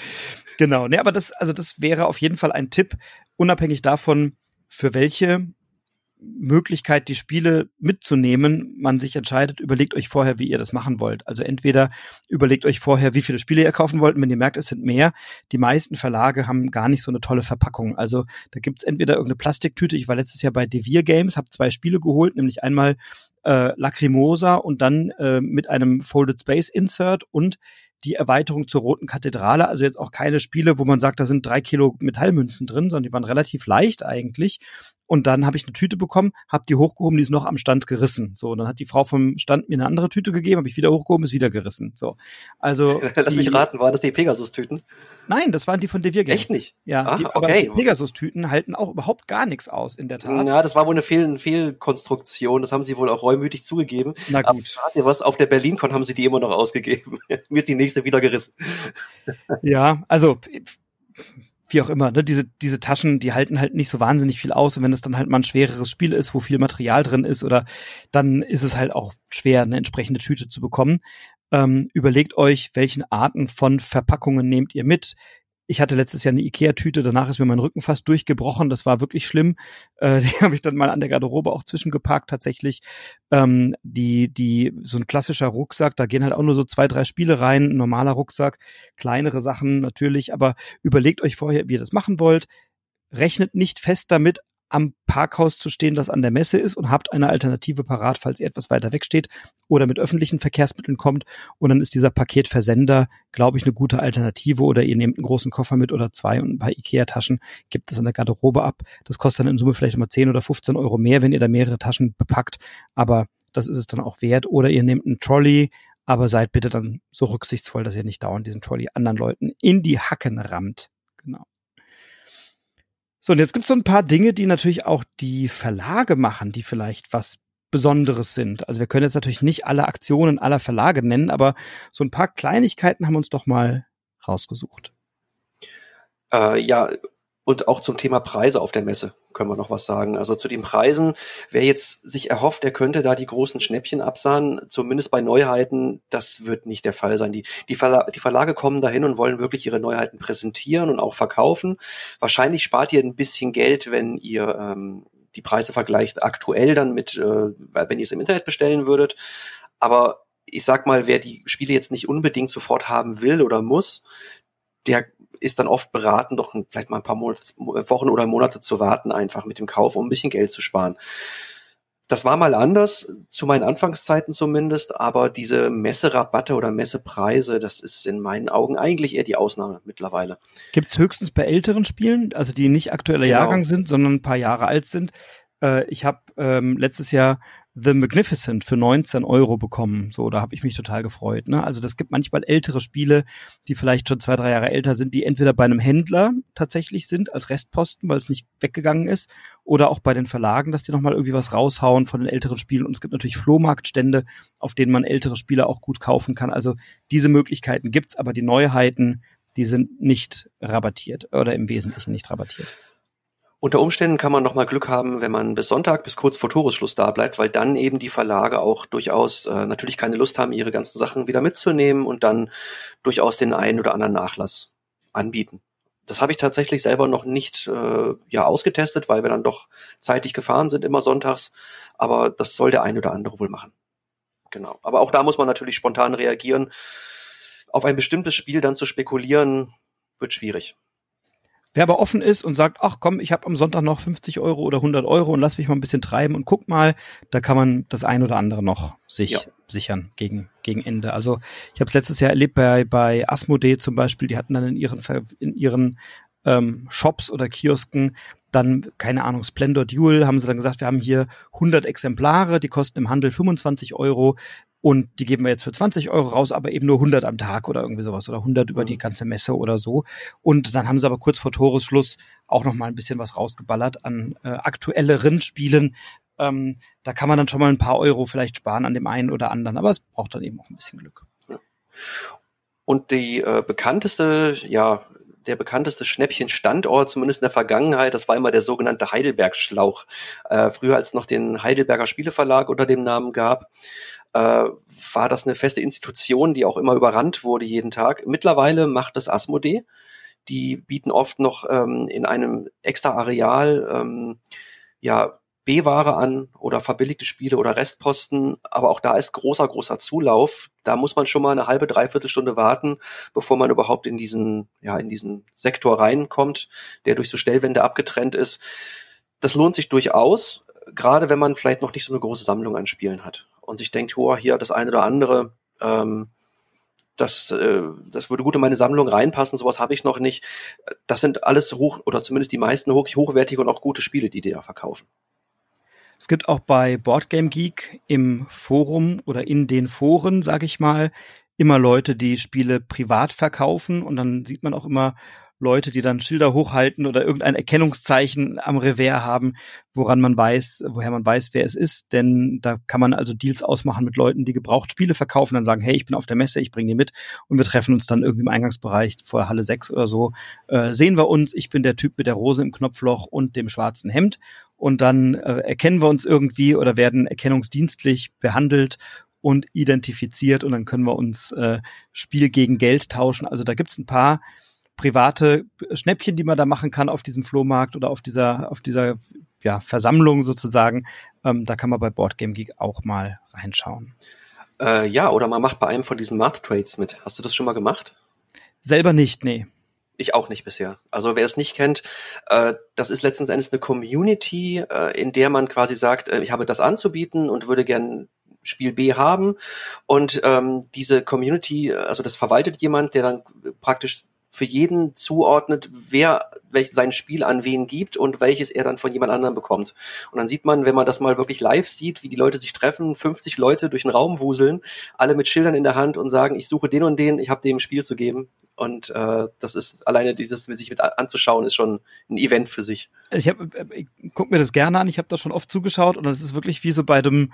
Genau, ne, aber das, also das wäre auf jeden Fall ein Tipp, unabhängig davon, für welche Möglichkeit, die Spiele mitzunehmen, man sich entscheidet, überlegt euch vorher, wie ihr das machen wollt. Also entweder überlegt euch vorher, wie viele Spiele ihr kaufen wollt, und wenn ihr merkt, es sind mehr. Die meisten Verlage haben gar nicht so eine tolle Verpackung. Also da gibt's entweder irgendeine Plastiktüte. Ich war letztes Jahr bei Devir Games, habe zwei Spiele geholt, nämlich einmal äh, Lacrimosa und dann äh, mit einem Folded Space Insert und die Erweiterung zur Roten Kathedrale, also jetzt auch keine Spiele, wo man sagt, da sind drei Kilo Metallmünzen drin, sondern die waren relativ leicht eigentlich Und dann habe ich eine Tüte bekommen, habe die hochgehoben, die ist noch am Stand gerissen. So, und dann hat die Frau vom Stand mir eine andere Tüte gegeben, habe ich wieder hochgehoben, ist wieder gerissen. So, also Lass die, mich raten, waren das die Pegasus-Tüten? Nein, das waren die von Devir Game. Echt nicht? Ja, ah, die, okay. aber die Pegasus-Tüten halten auch überhaupt gar nichts aus, in der Tat. Ja, das war wohl eine Fehl- Fehlkonstruktion, das haben sie wohl auch reumütig zugegeben. Na gut. Aber ihr was, auf der BerlinCon haben sie die immer noch ausgegeben. Mir ist die nächste wieder gerissen. Ja, also wie auch immer, ne, diese, diese Taschen, die halten halt nicht so wahnsinnig viel aus und wenn es dann halt mal ein schwereres Spiel ist, wo viel Material drin ist oder dann ist es halt auch schwer, eine entsprechende Tüte zu bekommen. Ähm, überlegt euch, welchen Arten von Verpackungen nehmt ihr mit. Ich hatte letztes Jahr eine Ikea-Tüte, danach ist mir mein Rücken fast durchgebrochen, das war wirklich schlimm. Äh, die habe ich dann mal an der Garderobe auch zwischengeparkt tatsächlich. Ähm, die, die, so ein klassischer Rucksack, da gehen halt auch nur so zwei, drei Spiele rein, ein normaler Rucksack, kleinere Sachen natürlich, aber überlegt euch vorher, wie ihr das machen wollt. Rechnet nicht fest damit, am Parkhaus zu stehen, das an der Messe ist und habt eine Alternative parat, falls ihr etwas weiter weg steht oder mit öffentlichen Verkehrsmitteln kommt und dann ist dieser Paketversender, glaube ich, eine gute Alternative oder ihr nehmt einen großen Koffer mit oder zwei und ein paar Ikea-Taschen, gibt es an der Garderobe ab. Das kostet dann in Summe vielleicht immer zehn oder fünfzehn Euro mehr, wenn ihr da mehrere Taschen bepackt, aber das ist es dann auch wert. Oder ihr nehmt einen Trolley, aber seid bitte dann so rücksichtsvoll, dass ihr nicht dauernd diesen Trolley anderen Leuten in die Hacken rammt. Genau. So, und jetzt gibt es so ein paar Dinge, die natürlich auch die Verlage machen, die vielleicht was Besonderes sind. Also wir können jetzt natürlich nicht alle Aktionen aller Verlage nennen, aber so ein paar Kleinigkeiten haben wir uns doch mal rausgesucht. Äh, ja, und auch zum Thema Preise auf der Messe können wir noch was sagen. Also zu den Preisen, wer jetzt sich erhofft, er könnte da die großen Schnäppchen absahen, zumindest bei Neuheiten, das wird nicht der Fall sein. Die, die, Verla- die Verlage kommen dahin und wollen wirklich ihre Neuheiten präsentieren und auch verkaufen. Wahrscheinlich spart ihr ein bisschen Geld, wenn ihr ähm, die Preise vergleicht aktuell dann mit, äh, wenn ihr es im Internet bestellen würdet. Aber ich sag mal, wer die Spiele jetzt nicht unbedingt sofort haben will oder muss, der ist dann oft beraten, doch vielleicht mal ein paar Monate, Wochen oder Monate zu warten, einfach mit dem Kauf, um ein bisschen Geld zu sparen. Das war mal anders, zu meinen Anfangszeiten zumindest, aber diese Messerabatte oder Messepreise, das ist in meinen Augen eigentlich eher die Ausnahme mittlerweile. Gibt's höchstens bei älteren Spielen, also die nicht aktueller Genau. Jahrgang sind, sondern ein paar Jahre alt sind. Äh, ich habe ähm, letztes Jahr The Magnificent für neunzehn Euro bekommen. So, da habe ich mich total gefreut. Ne? Also das gibt manchmal ältere Spiele, die vielleicht schon zwei, drei Jahre älter sind, die entweder bei einem Händler tatsächlich sind als Restposten, weil es nicht weggegangen ist, oder auch bei den Verlagen, dass die nochmal irgendwie was raushauen von den älteren Spielen. Und es gibt natürlich Flohmarktstände, auf denen man ältere Spiele auch gut kaufen kann. Also diese Möglichkeiten gibt's, aber die Neuheiten, die sind nicht rabattiert oder im Wesentlichen nicht rabattiert. Unter Umständen kann man noch mal Glück haben, wenn man bis Sonntag, bis kurz vor Toresschluss da bleibt, weil dann eben die Verlage auch durchaus äh, natürlich keine Lust haben, ihre ganzen Sachen wieder mitzunehmen und dann durchaus den einen oder anderen Nachlass anbieten. Das habe ich tatsächlich selber noch nicht äh, ja ausgetestet, weil wir dann doch zeitig gefahren sind, immer sonntags. Aber das soll der ein oder andere wohl machen. Genau. Aber auch da muss man natürlich spontan reagieren. Auf ein bestimmtes Spiel dann zu spekulieren, wird schwierig. Wer aber offen ist und sagt, ach komm, ich habe am Sonntag noch fünfzig Euro oder hundert Euro und lass mich mal ein bisschen treiben und guck mal, da kann man das ein oder andere noch sich ja. sichern gegen gegen Ende. Also ich habe es letztes Jahr erlebt bei bei Asmodee zum Beispiel, die hatten dann in ihren in ihren ähm, Shops oder Kiosken dann, keine Ahnung, Splendor Duel, haben sie dann gesagt, wir haben hier hundert Exemplare, die kosten im Handel fünfundzwanzig Euro. Und die geben wir jetzt für zwanzig Euro raus, aber eben nur hundert am Tag oder irgendwie sowas oder hundert über die ganze Messe oder so. Und dann haben sie aber kurz vor Toresschluss auch noch mal ein bisschen was rausgeballert an äh, aktuelleren Spielen. Ähm, da kann man dann schon mal ein paar Euro vielleicht sparen an dem einen oder anderen, aber es braucht dann eben auch ein bisschen Glück. Ja. Und die äh, bekannteste, ja, der bekannteste Schnäppchen-Standort, zumindest in der Vergangenheit, das war immer der sogenannte Heidelberg-Schlauch. Äh, früher, als es noch den Heidelberger Spieleverlag unter dem Namen gab, äh, war das eine feste Institution, die auch immer überrannt wurde jeden Tag. Mittlerweile macht es Asmodee. Die bieten oft noch ähm, in einem extra Areal ähm, ja B-Ware an oder verbilligte Spiele oder Restposten, aber auch da ist großer, großer Zulauf. Da muss man schon mal eine halbe, dreiviertel Stunde warten, bevor man überhaupt in diesen, ja, in diesen Sektor reinkommt, der durch so Stellwände abgetrennt ist. Das lohnt sich durchaus, gerade wenn man vielleicht noch nicht so eine große Sammlung an Spielen hat und sich denkt, oh, hier das eine oder andere, ähm, das, äh, das würde gut in meine Sammlung reinpassen, sowas habe ich noch nicht. Das sind alles hoch, oder zumindest die meisten hoch, hochwertige und auch gute Spiele, die die da verkaufen. Es gibt auch bei Boardgame Geek im Forum oder in den Foren, sage ich mal, immer Leute, die Spiele privat verkaufen, und dann sieht man auch immer Leute, die dann Schilder hochhalten oder irgendein Erkennungszeichen am Revers haben, woran man weiß, woher man weiß, wer es ist. Denn da kann man also Deals ausmachen mit Leuten, die gebraucht Spiele verkaufen, dann sagen, hey, ich bin auf der Messe, ich bringe die mit, und wir treffen uns dann irgendwie im Eingangsbereich vor Halle sechs oder so. Äh, sehen wir uns, ich bin der Typ mit der Rose im Knopfloch und dem schwarzen Hemd, und dann äh, erkennen wir uns irgendwie oder werden erkennungsdienstlich behandelt und identifiziert, und dann können wir uns äh, Spiel gegen Geld tauschen. Also da gibt's ein paar private Schnäppchen, die man da machen kann auf diesem Flohmarkt oder auf dieser auf dieser ja, Versammlung sozusagen. Ähm, da kann man bei Boardgame Geek auch mal reinschauen. Äh, ja, oder man macht bei einem von diesen Math Trades mit. Hast du das schon mal gemacht? Selber nicht, nee. Ich auch nicht bisher. Also wer es nicht kennt, äh, das ist letzten Endes eine Community, äh, in der man quasi sagt, äh, ich habe das anzubieten und würde gern Spiel B haben. Und ähm, diese Community, also das verwaltet jemand, der dann praktisch für jeden zuordnet, wer welch sein Spiel an wen gibt und welches er dann von jemand anderem bekommt. Und dann sieht man, wenn man das mal wirklich live sieht, wie die Leute sich treffen, fünfzig Leute durch den Raum wuseln, alle mit Schildern in der Hand und sagen, ich suche den und den, ich habe dem ein Spiel zu geben. Und äh, das ist alleine dieses, sich mit anzuschauen, ist schon ein Event für sich. Ich, hab, ich guck mir das gerne an, ich habe da schon oft zugeschaut, und es ist wirklich wie so bei dem,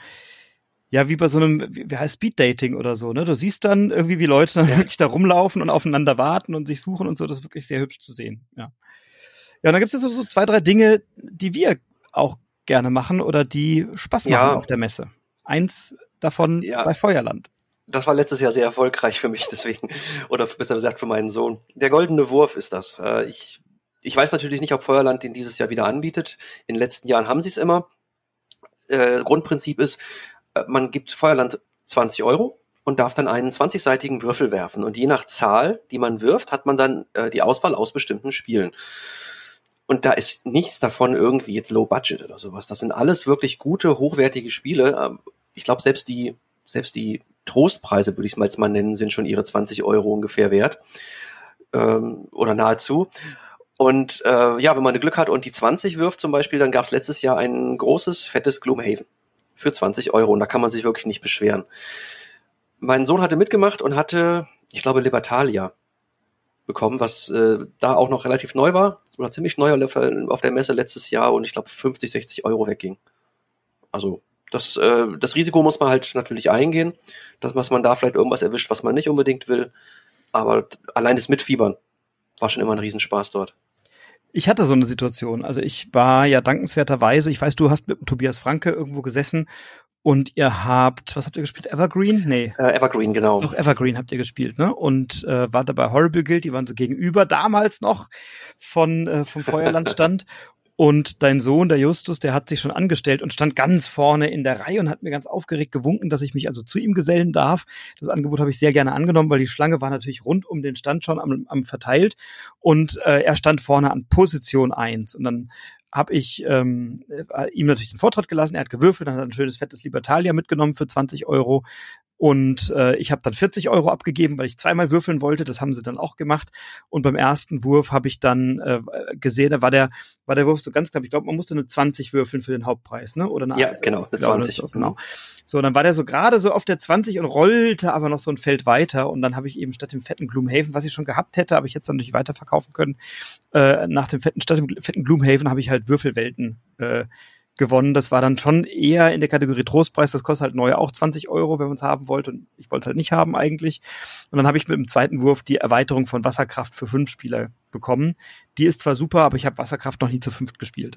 ja, wie bei so einem, wie heißt Speed-Dating oder so, ne? Du siehst dann irgendwie, wie Leute dann ja. wirklich da rumlaufen und aufeinander warten und sich suchen und so. Das ist wirklich sehr hübsch zu sehen, ja. Ja, und dann gibt es so, so zwei, drei Dinge, die wir auch gerne machen oder die Spaß machen ja. auf der Messe. Eins davon ja. bei Feuerland. Das war letztes Jahr sehr erfolgreich für mich, deswegen, oder besser gesagt für meinen Sohn. Der goldene Wurf ist das. Ich, ich weiß natürlich nicht, ob Feuerland den dieses Jahr wieder anbietet. In den letzten Jahren haben sie es immer. Äh, Grundprinzip ist, man gibt Feuerland zwanzig Euro und darf dann einen zwanzigseitigen Würfel werfen. Und je nach Zahl, die man wirft, hat man dann äh, die Auswahl aus bestimmten Spielen. Und da ist nichts davon irgendwie jetzt Low Budget oder sowas. Das sind alles wirklich gute, hochwertige Spiele. Ich glaube, selbst die, selbst die Trostpreise, würde ich es mal nennen, sind schon ihre zwanzig Euro ungefähr wert. Ähm, oder nahezu. Und äh, ja, wenn man Glück hat und die zwanzig wirft zum Beispiel, dann gab es letztes Jahr ein großes, fettes Gloomhaven für zwanzig Euro. Und da kann man sich wirklich nicht beschweren. Mein Sohn hatte mitgemacht und hatte, ich glaube, Libertalia bekommen, was äh, da auch noch relativ neu war, oder ziemlich neu auf der Messe letztes Jahr, und ich glaube fünfzig, sechzig Euro wegging. Also das, äh, das Risiko muss man halt natürlich eingehen, dass was man da vielleicht irgendwas erwischt, was man nicht unbedingt will. Aber allein das Mitfiebern war schon immer ein Riesenspaß dort. Ich hatte so eine Situation. Also ich war ja dankenswerterweise, ich weiß, du hast mit Tobias Franke irgendwo gesessen und ihr habt, was habt ihr gespielt? Evergreen? Nee. Äh, Evergreen, genau. Doch, Evergreen habt ihr gespielt, ne? Und äh, war dabei Horrible Guild, die waren so gegenüber, damals noch von äh, vom Feuerlandstand. Und dein Sohn, der Justus, der hat sich schon angestellt und stand ganz vorne in der Reihe und hat mir ganz aufgeregt gewunken, dass ich mich also zu ihm gesellen darf. Das Angebot habe ich sehr gerne angenommen, weil die Schlange war natürlich rund um den Stand schon am, am verteilt. Und äh, er stand vorne an Position eins. Und dann habe ich ähm, ihm natürlich den Vortritt gelassen. Er hat gewürfelt, dann hat er ein schönes, fettes Libertalia mitgenommen für zwanzig Euro. Und äh, ich habe dann vierzig Euro abgegeben, weil ich zweimal würfeln wollte. Das haben sie dann auch gemacht. Und beim ersten Wurf habe ich dann äh, gesehen, da war der war der Wurf so ganz knapp. Ich glaube, man musste eine zwanzig würfeln für den Hauptpreis, ne? Oder eine ja, genau, eine zwanzig. So, genau. So, dann war der so gerade so auf der zwanzig und rollte aber noch so ein Feld weiter. Und dann habe ich eben statt dem fetten Gloomhaven, was ich schon gehabt hätte, aber ich jetzt dann nicht weiterverkaufen können, äh, nach dem fetten statt dem fetten Gloomhaven habe ich halt Würfelwelten äh, gewonnen. Das war dann schon eher in der Kategorie Trostpreis. Das kostet halt neu auch zwanzig Euro, wenn man es haben wollte. Und ich wollte es halt nicht haben eigentlich. Und dann habe ich mit dem zweiten Wurf die Erweiterung von Wasserkraft für fünf Spieler bekommen. Die ist zwar super, aber ich habe Wasserkraft noch nie zu fünft gespielt.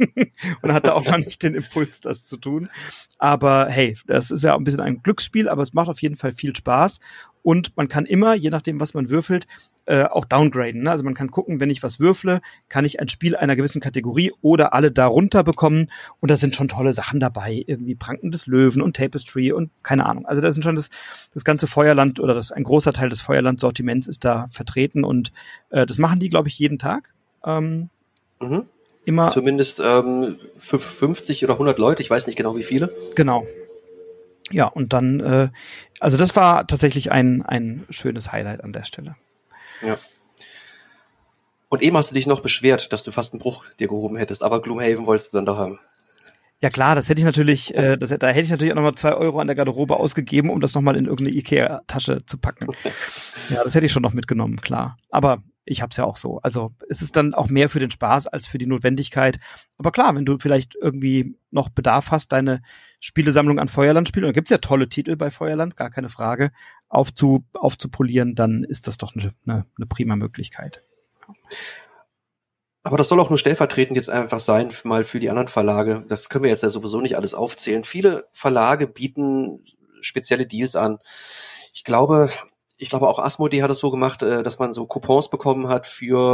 Und hatte auch noch nicht den Impuls, das zu tun. Aber hey, das ist ja ein bisschen ein Glücksspiel, aber es macht auf jeden Fall viel Spaß. Und man kann immer, je nachdem, was man würfelt, äh, auch downgraden. Ne? Also man kann gucken, wenn ich was würfle, kann ich ein Spiel einer gewissen Kategorie oder alle darunter bekommen. Und da sind schon tolle Sachen dabei. Irgendwie Pranken des Löwen und Tapestry und keine Ahnung. Also da sind schon das, das ganze Feuerland oder das, ein großer Teil des Feuerland-Sortiments ist da vertreten. Und äh, das machen die, glaube ich, jeden Tag. Ähm, mhm. Immer. Zumindest ähm, fünfzig oder hundert Leute, ich weiß nicht genau wie viele. Genau. Ja, und dann, äh, also das war tatsächlich ein, ein schönes Highlight an der Stelle. Ja. Und eben hast du dich noch beschwert, dass du fast einen Bruch dir gehoben hättest, aber Gloomhaven wolltest du dann doch haben. Ja klar, das hätte ich natürlich, äh, das, da hätte ich natürlich auch nochmal zwei Euro an der Garderobe ausgegeben, um das nochmal in irgendeine Ikea-Tasche zu packen. Ja, das hätte ich schon noch mitgenommen, klar. Aber ich hab's ja auch so. Also es ist dann auch mehr für den Spaß als für die Notwendigkeit. Aber klar, wenn du vielleicht irgendwie noch Bedarf hast, deine Spielesammlung an Feuerland-Spielen, und da gibt's ja tolle Titel bei Feuerland, gar keine Frage, aufzu, aufzupolieren, dann ist das doch eine, eine, eine prima Möglichkeit. Aber das soll auch nur stellvertretend jetzt einfach sein, mal für die anderen Verlage. Das können wir jetzt ja sowieso nicht alles aufzählen. Viele Verlage bieten spezielle Deals an. Ich glaube, ich glaube auch Asmodee hat es so gemacht, dass man so Coupons bekommen hat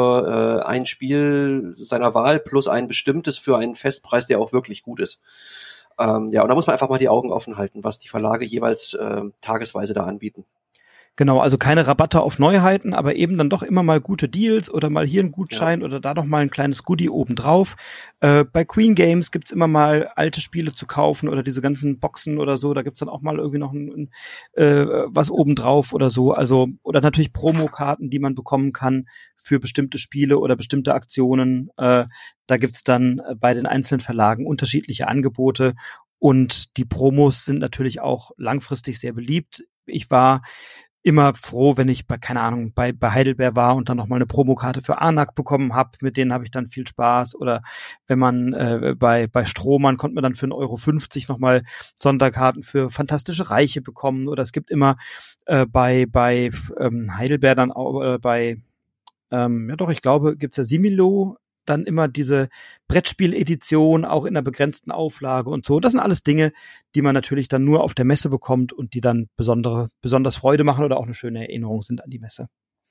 für ein Spiel seiner Wahl plus ein bestimmtes für einen Festpreis, der auch wirklich gut ist. Ähm, ja, und da muss man einfach mal die Augen offen halten, was die Verlage jeweils äh, tagesweise da anbieten. Genau, also keine Rabatte auf Neuheiten, aber eben dann doch immer mal gute Deals oder mal hier ein Gutschein, ja, oder da noch mal ein kleines Goodie obendrauf. Äh, bei Queen Games gibt's immer mal alte Spiele zu kaufen oder diese ganzen Boxen oder so, da gibt's dann auch mal irgendwie noch ein, ein, äh, was obendrauf oder so. Also, oder natürlich Promokarten, die man bekommen kann für bestimmte Spiele oder bestimmte Aktionen. Äh, da gibt's dann bei den einzelnen Verlagen unterschiedliche Angebote und die Promos sind natürlich auch langfristig sehr beliebt. Ich war immer froh, wenn ich bei, keine Ahnung, bei, bei Heidelberg war und dann noch mal eine Promokarte für Anak bekommen habe. Mit denen habe ich dann viel Spaß. Oder wenn man äh, bei bei Strohmann konnte man dann für einen Euro fünfzig noch mal Sonderkarten für Fantastische Reiche bekommen. Oder es gibt immer äh, bei bei ähm, Heidelberg dann auch äh, bei ähm, ja doch, ich glaube, gibt's ja Similo dann immer diese Brettspiel-Edition, auch in einer begrenzten Auflage und so. Das sind alles Dinge, die man natürlich dann nur auf der Messe bekommt und die dann besondere, besonders Freude machen oder auch eine schöne Erinnerung sind an die Messe.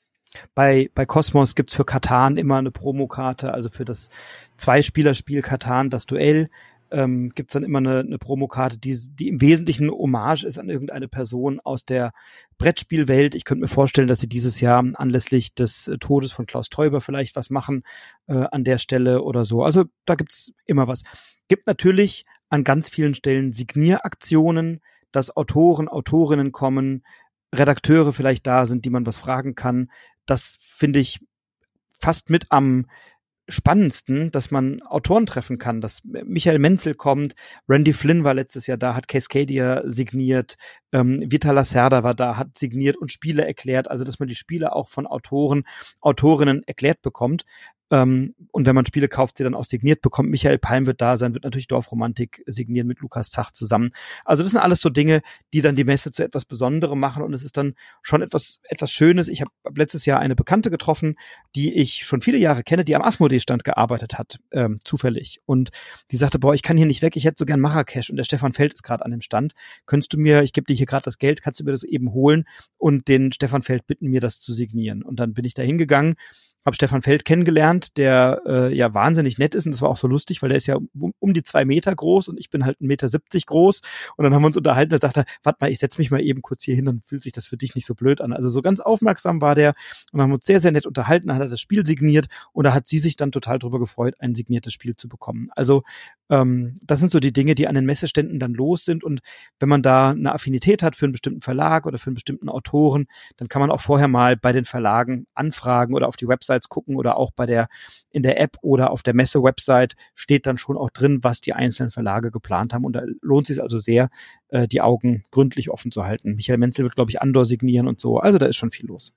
Bei, bei Cosmos gibt's für Catan immer eine Promokarte, also für das Zweispielerspiel Catan, das Duell, ähm, gibt's dann immer eine, eine Promokarte, die, die im Wesentlichen eine Hommage ist an irgendeine Person aus der Brettspielwelt. Ich könnte mir vorstellen, dass sie dieses Jahr anlässlich des äh, Todes von Klaus Teuber vielleicht was machen äh, an der Stelle oder so. Also da gibt's immer was. Gibt natürlich an ganz vielen Stellen Signieraktionen, dass Autoren, Autorinnen kommen, Redakteure vielleicht da sind, die man was fragen kann. Das finde ich fast mit am spannendsten, dass man Autoren treffen kann, dass Michael Menzel kommt, Randy Flynn war letztes Jahr da, hat Cascadia signiert, ähm, Vital Lacerda war da, hat signiert und Spiele erklärt, also dass man die Spiele auch von Autoren, Autorinnen erklärt bekommt. Ähm, und wenn man Spiele kauft, sie dann auch signiert bekommt. Michael Palm wird da sein, wird natürlich Dorfromantik signieren mit Lukas Zach zusammen. Also das sind alles so Dinge, die dann die Messe zu etwas Besonderem machen und es ist dann schon etwas etwas Schönes. Ich habe letztes Jahr eine Bekannte getroffen, die ich schon viele Jahre kenne, die am Asmodee-Stand gearbeitet hat, ähm, zufällig. Und die sagte, boah, ich kann hier nicht weg, ich hätte so gern Marrakesch und der Stefan Feld ist gerade an dem Stand. Könntest du mir, ich gebe dir hier gerade das Geld, kannst du mir das eben holen und den Stefan Feld bitten, mir das zu signieren. Und dann bin ich da hingegangen, habe Stefan Feld kennengelernt, der äh, ja wahnsinnig nett ist und das war auch so lustig, weil der ist ja um, um die zwei Meter groß und ich bin halt ein Meter siebzig groß und dann haben wir uns unterhalten, da sagte er, warte mal, ich setz mich mal eben kurz hier hin, dann fühlt sich das für dich nicht so blöd an. Also so ganz aufmerksam war der und haben uns sehr, sehr nett unterhalten, dann hat er das Spiel signiert und da hat sie sich dann total drüber gefreut, ein signiertes Spiel zu bekommen. Also ähm, das sind so die Dinge, die an den Messeständen dann los sind und wenn man da eine Affinität hat für einen bestimmten Verlag oder für einen bestimmten Autoren, dann kann man auch vorher mal bei den Verlagen anfragen oder auf die Website gucken oder auch bei der in der App oder auf der Messe-Website steht dann schon auch drin, was die einzelnen Verlage geplant haben und da lohnt es sich also sehr, äh, die Augen gründlich offen zu halten. Michael Menzel wird, glaube ich, Andor signieren und so, also da ist schon viel los.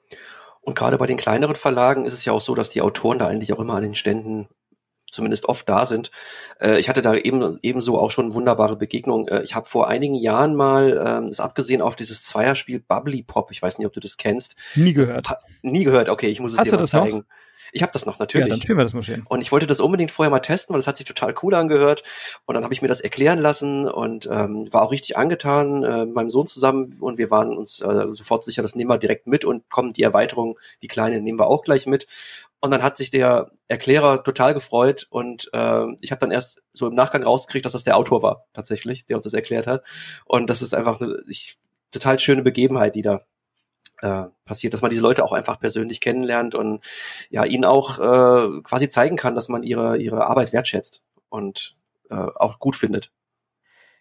Und gerade bei den kleineren Verlagen ist es ja auch so, dass die Autoren da eigentlich auch immer an den Ständen zumindest oft da sind. Äh, ich hatte da eben ebenso auch schon wunderbare Begegnungen. Äh, ich habe vor einigen Jahren mal, ähm, das abgesehen auf dieses Zweierspiel Bubbly Pop, ich weiß nicht, ob du das kennst. Nie gehört. Das, nie gehört, okay, ich muss es Hast dir du mal das zeigen. Noch? Ich habe das noch, natürlich. Ja, dann spielen wir das mal schön. Und ich wollte das unbedingt vorher mal testen, weil das hat sich total cool angehört. Und dann habe ich mir das erklären lassen und ähm, war auch richtig angetan äh, mit meinem Sohn zusammen. Und wir waren uns äh, sofort sicher, das nehmen wir direkt mit und kommen die Erweiterung, die kleine, nehmen wir auch gleich mit. Und dann hat sich der Erklärer total gefreut und äh, ich habe dann erst so im Nachgang rausgekriegt, dass das der Autor war, tatsächlich, der uns das erklärt hat. Und das ist einfach eine ich, total schöne Begebenheit, die da Äh, passiert, dass man diese Leute auch einfach persönlich kennenlernt und ja ihnen auch äh, quasi zeigen kann, dass man ihre ihre Arbeit wertschätzt und äh, auch gut findet.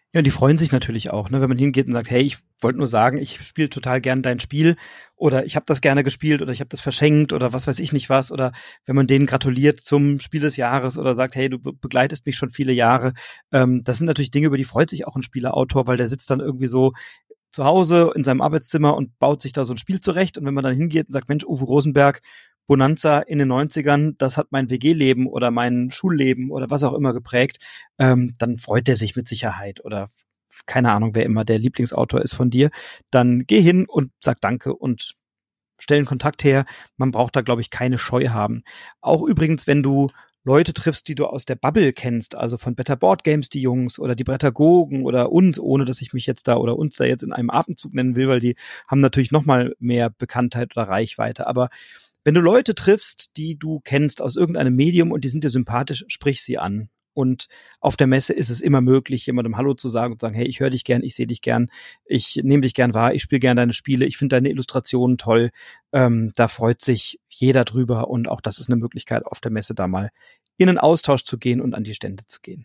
Ja, und die freuen sich natürlich auch, ne, wenn man hingeht und sagt, hey, ich wollte nur sagen, ich spiele total gern dein Spiel oder ich habe das gerne gespielt oder ich habe das verschenkt oder was weiß ich nicht was, oder wenn man denen gratuliert zum Spiel des Jahres oder sagt, hey, du be- begleitest mich schon viele Jahre. Ähm, das sind natürlich Dinge, über die freut sich auch ein Spieleautor, weil der sitzt dann irgendwie so zu Hause in seinem Arbeitszimmer und baut sich da so ein Spiel zurecht. Und wenn man dann hingeht und sagt, Mensch, Uwe Rosenberg, Bonanza in den neunzigern, das hat mein W G-Leben oder mein Schulleben oder was auch immer geprägt, ähm, dann freut der sich mit Sicherheit. Oder keine Ahnung, wer immer der Lieblingsautor ist von dir, dann geh hin und sag Danke und stell einen Kontakt her. Man braucht da, glaube ich, keine Scheu haben. Auch übrigens, wenn du Leute triffst, die du aus der Bubble kennst, also von Better Board Games, die Jungs oder die Brettagogen oder uns, ohne dass ich mich jetzt da oder uns da jetzt in einem Atemzug nennen will, weil die haben natürlich noch mal mehr Bekanntheit oder Reichweite. Aber wenn du Leute triffst, die du kennst aus irgendeinem Medium und die sind dir sympathisch, sprich sie an. Und auf der Messe ist es immer möglich, jemandem Hallo zu sagen und zu sagen, hey, ich höre dich gern, ich sehe dich gern, ich nehme dich gern wahr, ich spiele gern deine Spiele, ich finde deine Illustrationen toll. Ähm, da freut sich jeder drüber und auch das ist eine Möglichkeit, auf der Messe da mal in einen Austausch zu gehen und an die Stände zu gehen.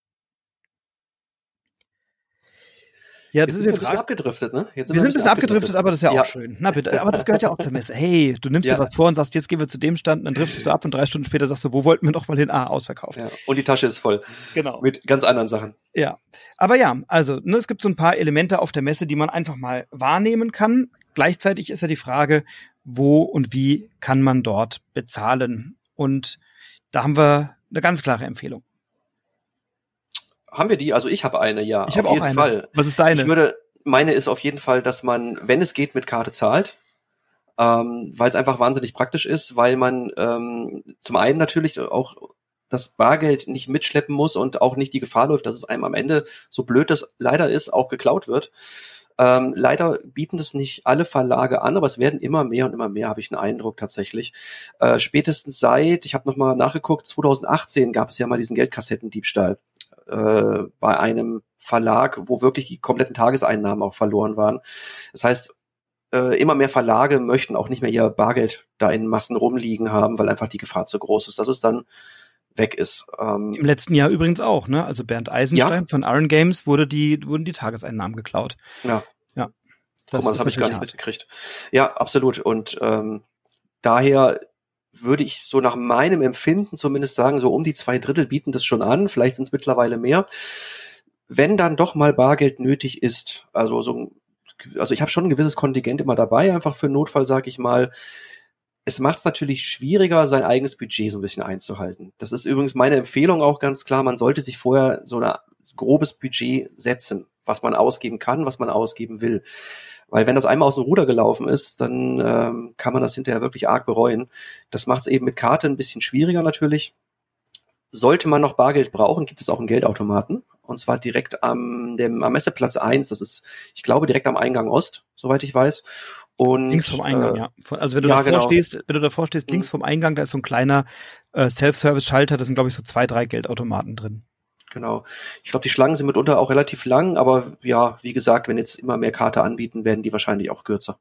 Ja, das Jetzt ist sind wir die ein bisschen Frage. abgedriftet, ne? Jetzt sind Wir sind ein bisschen abgedriftet, aber das ist ja auch Ja. schön. Na bitte, aber das gehört ja auch zur Messe. Hey, du nimmst Ja. dir was vor und sagst, jetzt gehen wir zu dem Stand, und dann driftest du ab und drei Stunden später sagst du, wo wollten wir noch mal hin? Ah, ausverkauft. Ja. Und die Tasche ist voll. Genau. Mit ganz anderen Sachen. Ja, aber ja, also ne, es gibt so ein paar Elemente auf der Messe, die man einfach mal wahrnehmen kann. Gleichzeitig ist ja die Frage, wo und wie kann man dort bezahlen? Und da haben wir eine ganz klare Empfehlung. Haben wir die? Also ich habe eine, ja. Ich habe auf auch jeden eine. Fall. Was ist deine? Ich würde, meine ist auf jeden Fall, dass man, wenn es geht, mit Karte zahlt. Ähm, weil es einfach wahnsinnig praktisch ist, weil man ähm, zum einen natürlich auch das Bargeld nicht mitschleppen muss und auch nicht die Gefahr läuft, dass es einem am Ende, so blöd das leider ist, auch geklaut wird. Ähm, leider bieten das nicht alle Verlage an, aber es werden immer mehr und immer mehr, habe ich einen Eindruck tatsächlich. Äh, spätestens seit, ich habe nochmal nachgeguckt, zwanzig achtzehn gab es ja mal diesen Geldkassettendiebstahl äh, bei einem Verlag, wo wirklich die kompletten Tageseinnahmen auch verloren waren. Das heißt, äh, immer mehr Verlage möchten auch nicht mehr ihr Bargeld da in Massen rumliegen haben, weil einfach die Gefahr zu groß ist, dass es dann weg ist. Ähm, Im letzten Jahr übrigens auch, ne? Also Bernd Eisenstein ja. von Iron Games wurde die, wurden die Tageseinnahmen geklaut. Ja. Ja. Das, Guck mal, das habe ich gar nicht hart. mitgekriegt. Ja, absolut. Und ähm, daher würde ich so nach meinem Empfinden zumindest sagen, so um die zwei Drittel bieten das schon an. Vielleicht sind es mittlerweile mehr. Wenn dann doch mal Bargeld nötig ist, also so, also ich habe schon ein gewisses Kontingent immer dabei, einfach für Notfall, sage ich mal. Es macht es natürlich schwieriger, sein eigenes Budget so ein bisschen einzuhalten. Das ist übrigens meine Empfehlung auch ganz klar. Man sollte sich vorher so ein grobes Budget setzen, was man ausgeben kann, was man ausgeben will. Weil wenn das einmal aus dem Ruder gelaufen ist, dann ähm, kann man das hinterher wirklich arg bereuen. Das macht es eben mit Karte ein bisschen schwieriger natürlich. Sollte man noch Bargeld brauchen, gibt es auch einen Geldautomaten. Und zwar direkt am, dem, am Messeplatz eins. Das ist, ich glaube, direkt am Eingang Ost, soweit ich weiß. Und, links vom Eingang, äh, ja. Also wenn du ja, davor genau. stehst, wenn du davor stehst, links vom Eingang, da ist so ein kleiner äh, Self-Service-Schalter, da sind, glaube ich, so zwei, drei Geldautomaten drin. Genau. Ich glaube, die Schlangen sind mitunter auch relativ lang, aber ja, wie gesagt, wenn jetzt immer mehr Karte anbieten, werden die wahrscheinlich auch kürzer.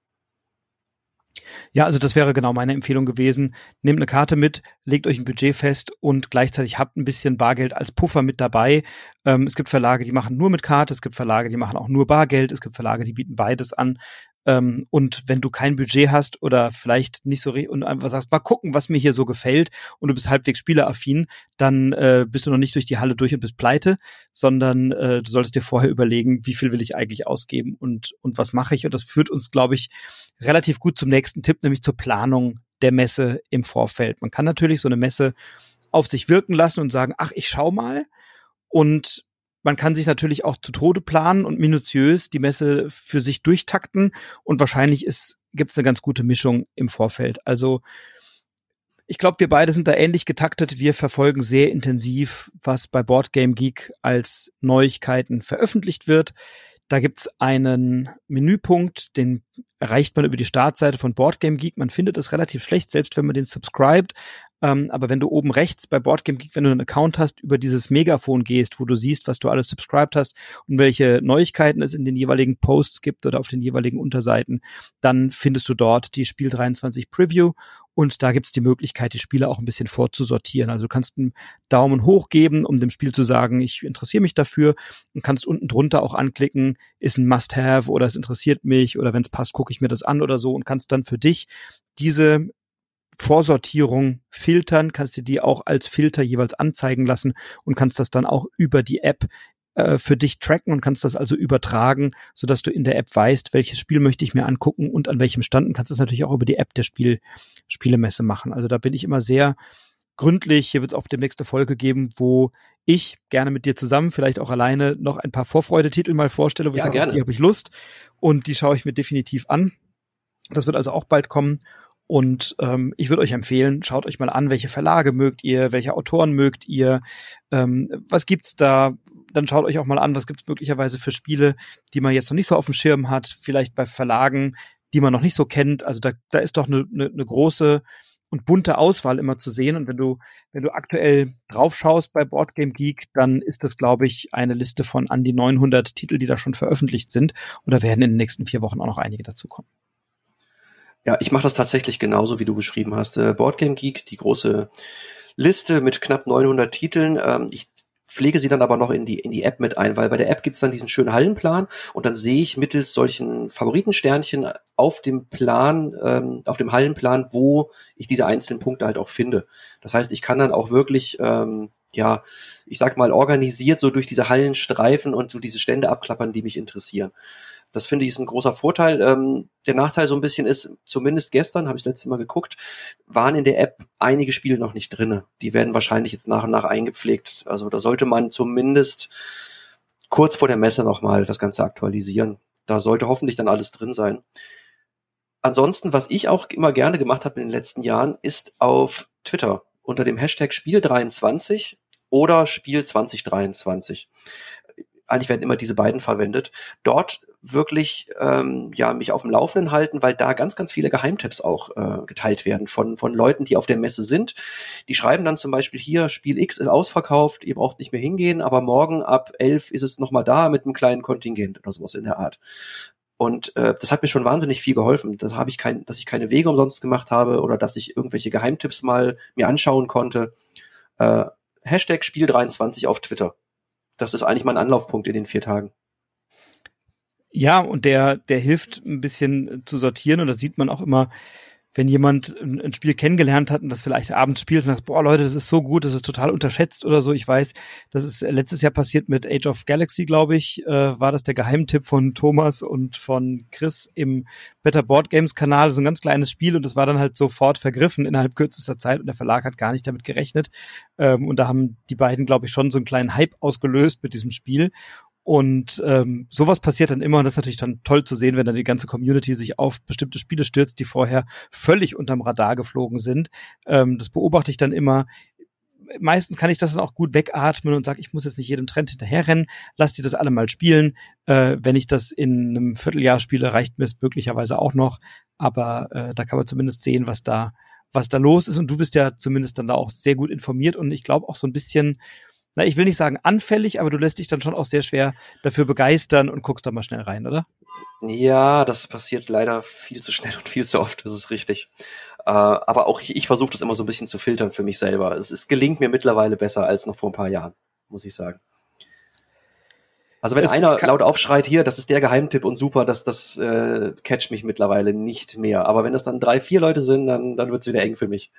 Ja, also das wäre genau meine Empfehlung gewesen. Nehmt eine Karte mit, legt euch ein Budget fest und gleichzeitig habt ein bisschen Bargeld als Puffer mit dabei. Ähm, es gibt Verlage, die machen nur mit Karte, es gibt Verlage, die machen auch nur Bargeld, es gibt Verlage, die bieten beides an. Ähm, und wenn du kein Budget hast oder vielleicht nicht so re- und einfach sagst, mal gucken, was mir hier so gefällt und du bist halbwegs spieleraffin, dann äh, bist du noch nicht durch die Halle durch und bist pleite, sondern äh, du solltest dir vorher überlegen, wie viel will ich eigentlich ausgeben und und was mache ich. Und das führt uns, glaube ich, relativ gut zum nächsten Tipp, nämlich zur Planung der Messe im Vorfeld. Man kann natürlich so eine Messe auf sich wirken lassen und sagen, ach, ich schau mal. Und man kann sich natürlich auch zu Tode planen und minutiös die Messe für sich durchtakten. Und wahrscheinlich ist, gibt es eine ganz gute Mischung im Vorfeld. Also ich glaube, wir beide sind da ähnlich getaktet. Wir verfolgen sehr intensiv, was bei Board Game Geek als Neuigkeiten veröffentlicht wird. Da gibt's einen Menüpunkt, den erreicht man über die Startseite von Board Game Geek. Man findet es relativ schlecht, selbst wenn man den subscribt. Ähm, aber wenn du oben rechts bei Boardgame Geek, wenn du einen Account hast, über dieses Megafon gehst, wo du siehst, was du alles subscribed hast und welche Neuigkeiten es in den jeweiligen Posts gibt oder auf den jeweiligen Unterseiten, dann findest du dort die Spiel dreiundzwanzig Preview und da gibt's die Möglichkeit, die Spiele auch ein bisschen vorzusortieren. Also du kannst einen Daumen hoch geben, um dem Spiel zu sagen, ich interessiere mich dafür und kannst unten drunter auch anklicken, ist ein Must-Have oder es interessiert mich oder wenn es passt, gucke ich mir das an oder so und kannst dann für dich diese Vorsortierung filtern, kannst dir die auch als Filter jeweils anzeigen lassen und kannst das dann auch über die App äh, für dich tracken und kannst das also übertragen, sodass du in der App weißt, welches Spiel möchte ich mir angucken und an welchem Stand. Und kannst das natürlich auch über die App der Spiel Spielemesse machen. Also da bin ich immer sehr gründlich. Hier wird es auch demnächst eine Folge geben, wo ich gerne mit dir zusammen, vielleicht auch alleine, noch ein paar Vorfreudetitel mal vorstelle, wo ja, ich sage, auf die habe ich Lust und die schaue ich mir definitiv an. Das wird also auch bald kommen. Und ähm, ich würde euch empfehlen, schaut euch mal an, welche Verlage mögt ihr, welche Autoren mögt ihr, ähm, was gibt's da? Dann schaut euch auch mal an, was gibt's möglicherweise für Spiele, die man jetzt noch nicht so auf dem Schirm hat, vielleicht bei Verlagen, die man noch nicht so kennt. Also da, da ist doch eine, eine, eine große und bunte Auswahl immer zu sehen. Und wenn du, wenn du aktuell drauf schaust bei Boardgame Geek, dann ist das, glaube ich, eine Liste von an die neunhundert Titel, die da schon veröffentlicht sind. Und da werden in den nächsten vier Wochen auch noch einige dazukommen. Ja, ich mache das tatsächlich genauso, wie du beschrieben hast. Äh, Boardgame Geek, die große Liste mit knapp neunhundert Titeln. Ähm, ich pflege sie dann aber noch in die in die App mit ein, weil bei der App gibt's dann diesen schönen Hallenplan und dann sehe ich mittels solchen Favoritensternchen auf dem Plan, ähm, auf dem Hallenplan, wo ich diese einzelnen Punkte halt auch finde. Das heißt, ich kann dann auch wirklich, ähm, ja, ich sag mal, organisiert so durch diese Hallen streifen und so diese Stände abklappern, die mich interessieren. Das finde ich ist ein großer Vorteil. Ähm, der Nachteil so ein bisschen ist, zumindest gestern, habe ich das letzte Mal geguckt, waren in der App einige Spiele noch nicht drinne. Die werden wahrscheinlich jetzt nach und nach eingepflegt. Also da sollte man zumindest kurz vor der Messe nochmal das Ganze aktualisieren. Da sollte hoffentlich dann alles drin sein. Ansonsten, was ich auch immer gerne gemacht habe in den letzten Jahren, ist auf Twitter unter dem Hashtag Spiel dreiundzwanzig oder Spiel zwanzig dreiundzwanzig. Eigentlich werden immer diese beiden verwendet. Dort wirklich ähm, ja mich auf dem Laufenden halten, weil da ganz, ganz viele Geheimtipps auch äh, geteilt werden von von Leuten, die auf der Messe sind. Die schreiben dann zum Beispiel hier, Spiel X ist ausverkauft, ihr braucht nicht mehr hingehen, aber morgen ab elf ist es nochmal da mit einem kleinen Kontingent oder sowas in der Art. Und äh, das hat mir schon wahnsinnig viel geholfen. Das habe ich kein, dass ich keine Wege umsonst gemacht habe oder dass ich irgendwelche Geheimtipps mal mir anschauen konnte. Äh, Hashtag Spiel dreiundzwanzig auf Twitter. Das ist eigentlich mein Anlaufpunkt in den vier Tagen. Ja, und der, der hilft ein bisschen zu sortieren und das sieht man auch immer, wenn jemand ein Spiel kennengelernt hat und das vielleicht abends spielt und sagt, boah Leute, das ist so gut, das ist total unterschätzt oder so. Ich weiß, das ist letztes Jahr passiert mit Age of Galaxy, glaube ich, äh, war das der Geheimtipp von Thomas und von Chris im Better Board Games Kanal, so ein ganz kleines Spiel und das war dann halt sofort vergriffen innerhalb kürzester Zeit und der Verlag hat gar nicht damit gerechnet. Ähm, und da haben die beiden, glaube ich, schon so einen kleinen Hype ausgelöst mit diesem Spiel. Und ähm, sowas passiert dann immer und das ist natürlich dann toll zu sehen, wenn dann die ganze Community sich auf bestimmte Spiele stürzt, die vorher völlig unterm Radar geflogen sind. Ähm, das beobachte ich dann immer. Meistens kann ich das dann auch gut wegatmen und sage, ich muss jetzt nicht jedem Trend hinterherrennen, lass die das alle mal spielen. Äh, wenn ich das in einem Vierteljahr spiele, reicht mir es möglicherweise auch noch. Aber äh, da kann man zumindest sehen, was da, was da los ist. Und du bist ja zumindest dann da auch sehr gut informiert und ich glaube auch so ein bisschen, na, ich will nicht sagen anfällig, aber du lässt dich dann schon auch sehr schwer dafür begeistern und guckst da mal schnell rein, oder? Ja, das passiert leider viel zu schnell und viel zu oft, das ist richtig. Äh, aber auch ich, ich versuche das immer so ein bisschen zu filtern für mich selber. Es, es gelingt mir mittlerweile besser als noch vor ein paar Jahren, muss ich sagen. Also wenn es einer laut aufschreit, hier, das ist der Geheimtipp und super, das, das äh, catcht mich mittlerweile nicht mehr. Aber wenn das dann drei, vier Leute sind, dann, dann wird's wieder eng für mich.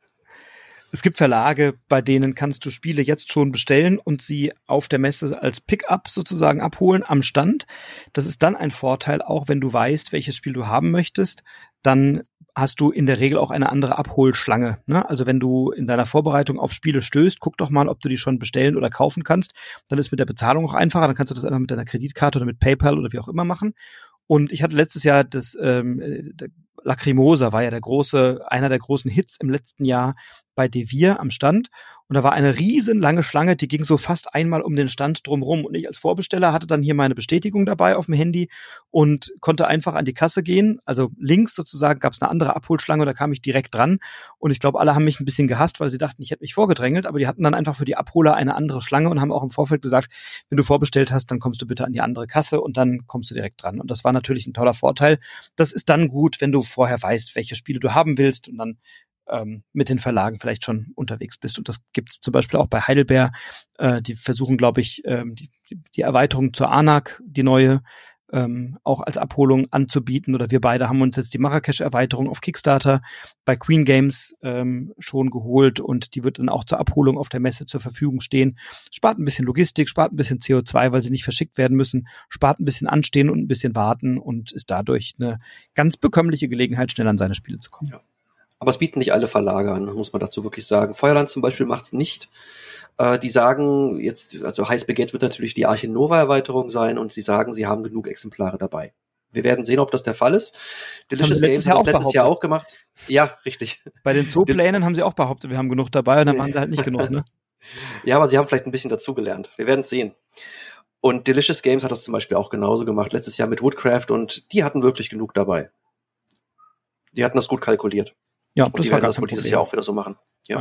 Es gibt Verlage, bei denen kannst du Spiele jetzt schon bestellen und sie auf der Messe als Pick-up sozusagen abholen am Stand. Das ist dann ein Vorteil, auch wenn du weißt, welches Spiel du haben möchtest, dann hast du in der Regel auch eine andere Abholschlange. Ne? Also wenn du in deiner Vorbereitung auf Spiele stößt, guck doch mal, ob du die schon bestellen oder kaufen kannst. Dann ist mit der Bezahlung auch einfacher. Dann kannst du das einfach mit deiner Kreditkarte oder mit PayPal oder wie auch immer machen. Und ich hatte letztes Jahr das ähm, Lacrimosa war ja der große, einer der großen Hits im letzten Jahr bei Devir am Stand und da war eine riesen lange Schlange, die ging so fast einmal um den Stand drumrum und ich als Vorbesteller hatte dann hier meine Bestätigung dabei auf dem Handy und konnte einfach an die Kasse gehen, also links sozusagen gab es eine andere Abholschlange und da kam ich direkt dran und ich glaube, alle haben mich ein bisschen gehasst, weil sie dachten, ich hätte mich vorgedrängelt, aber die hatten dann einfach für die Abholer eine andere Schlange und haben auch im Vorfeld gesagt, wenn du vorbestellt hast, dann kommst du bitte an die andere Kasse und dann kommst du direkt dran und das war natürlich ein toller Vorteil. Das ist dann gut, wenn du vorher weißt, welche Spiele du haben willst und dann ähm, mit den Verlagen vielleicht schon unterwegs bist. Und das gibt es zum Beispiel auch bei Heidelberg. Äh, die versuchen, glaube ich, ähm, die, die Erweiterung zur ANAC, die neue, ähm, auch als Abholung anzubieten. Oder wir beide haben uns jetzt die Marrakesch-Erweiterung auf Kickstarter bei Queen Games ähm, schon geholt und die wird dann auch zur Abholung auf der Messe zur Verfügung stehen. Spart ein bisschen Logistik, spart ein bisschen C O zwei, weil sie nicht verschickt werden müssen, spart ein bisschen Anstehen und ein bisschen Warten und ist dadurch eine ganz bekömmliche Gelegenheit, schnell an seine Spiele zu kommen. Ja. Aber es bieten nicht alle Verlage an, muss man dazu wirklich sagen. Feuerland zum Beispiel macht es nicht. Äh, die sagen jetzt, also Heiß begehrt wird natürlich die Arche Nova Erweiterung sein und sie sagen, sie haben genug Exemplare dabei. Wir werden sehen, ob das der Fall ist. Delicious Games hat das letztes Jahr auch gemacht. Ja, richtig. Bei den Zooplänen haben sie auch behauptet, wir haben genug dabei und dann waren sie halt nicht genug, ne? Ja, aber sie haben vielleicht ein bisschen dazugelernt. Wir werden es sehen. Und Delicious Games hat das zum Beispiel auch genauso gemacht, letztes Jahr mit Woodcraft und die hatten wirklich genug dabei. Die hatten das gut kalkuliert. Ja, und das die war werden gar das kein wohl dieses Problem. Jahr auch wieder so machen. Ja. Ja.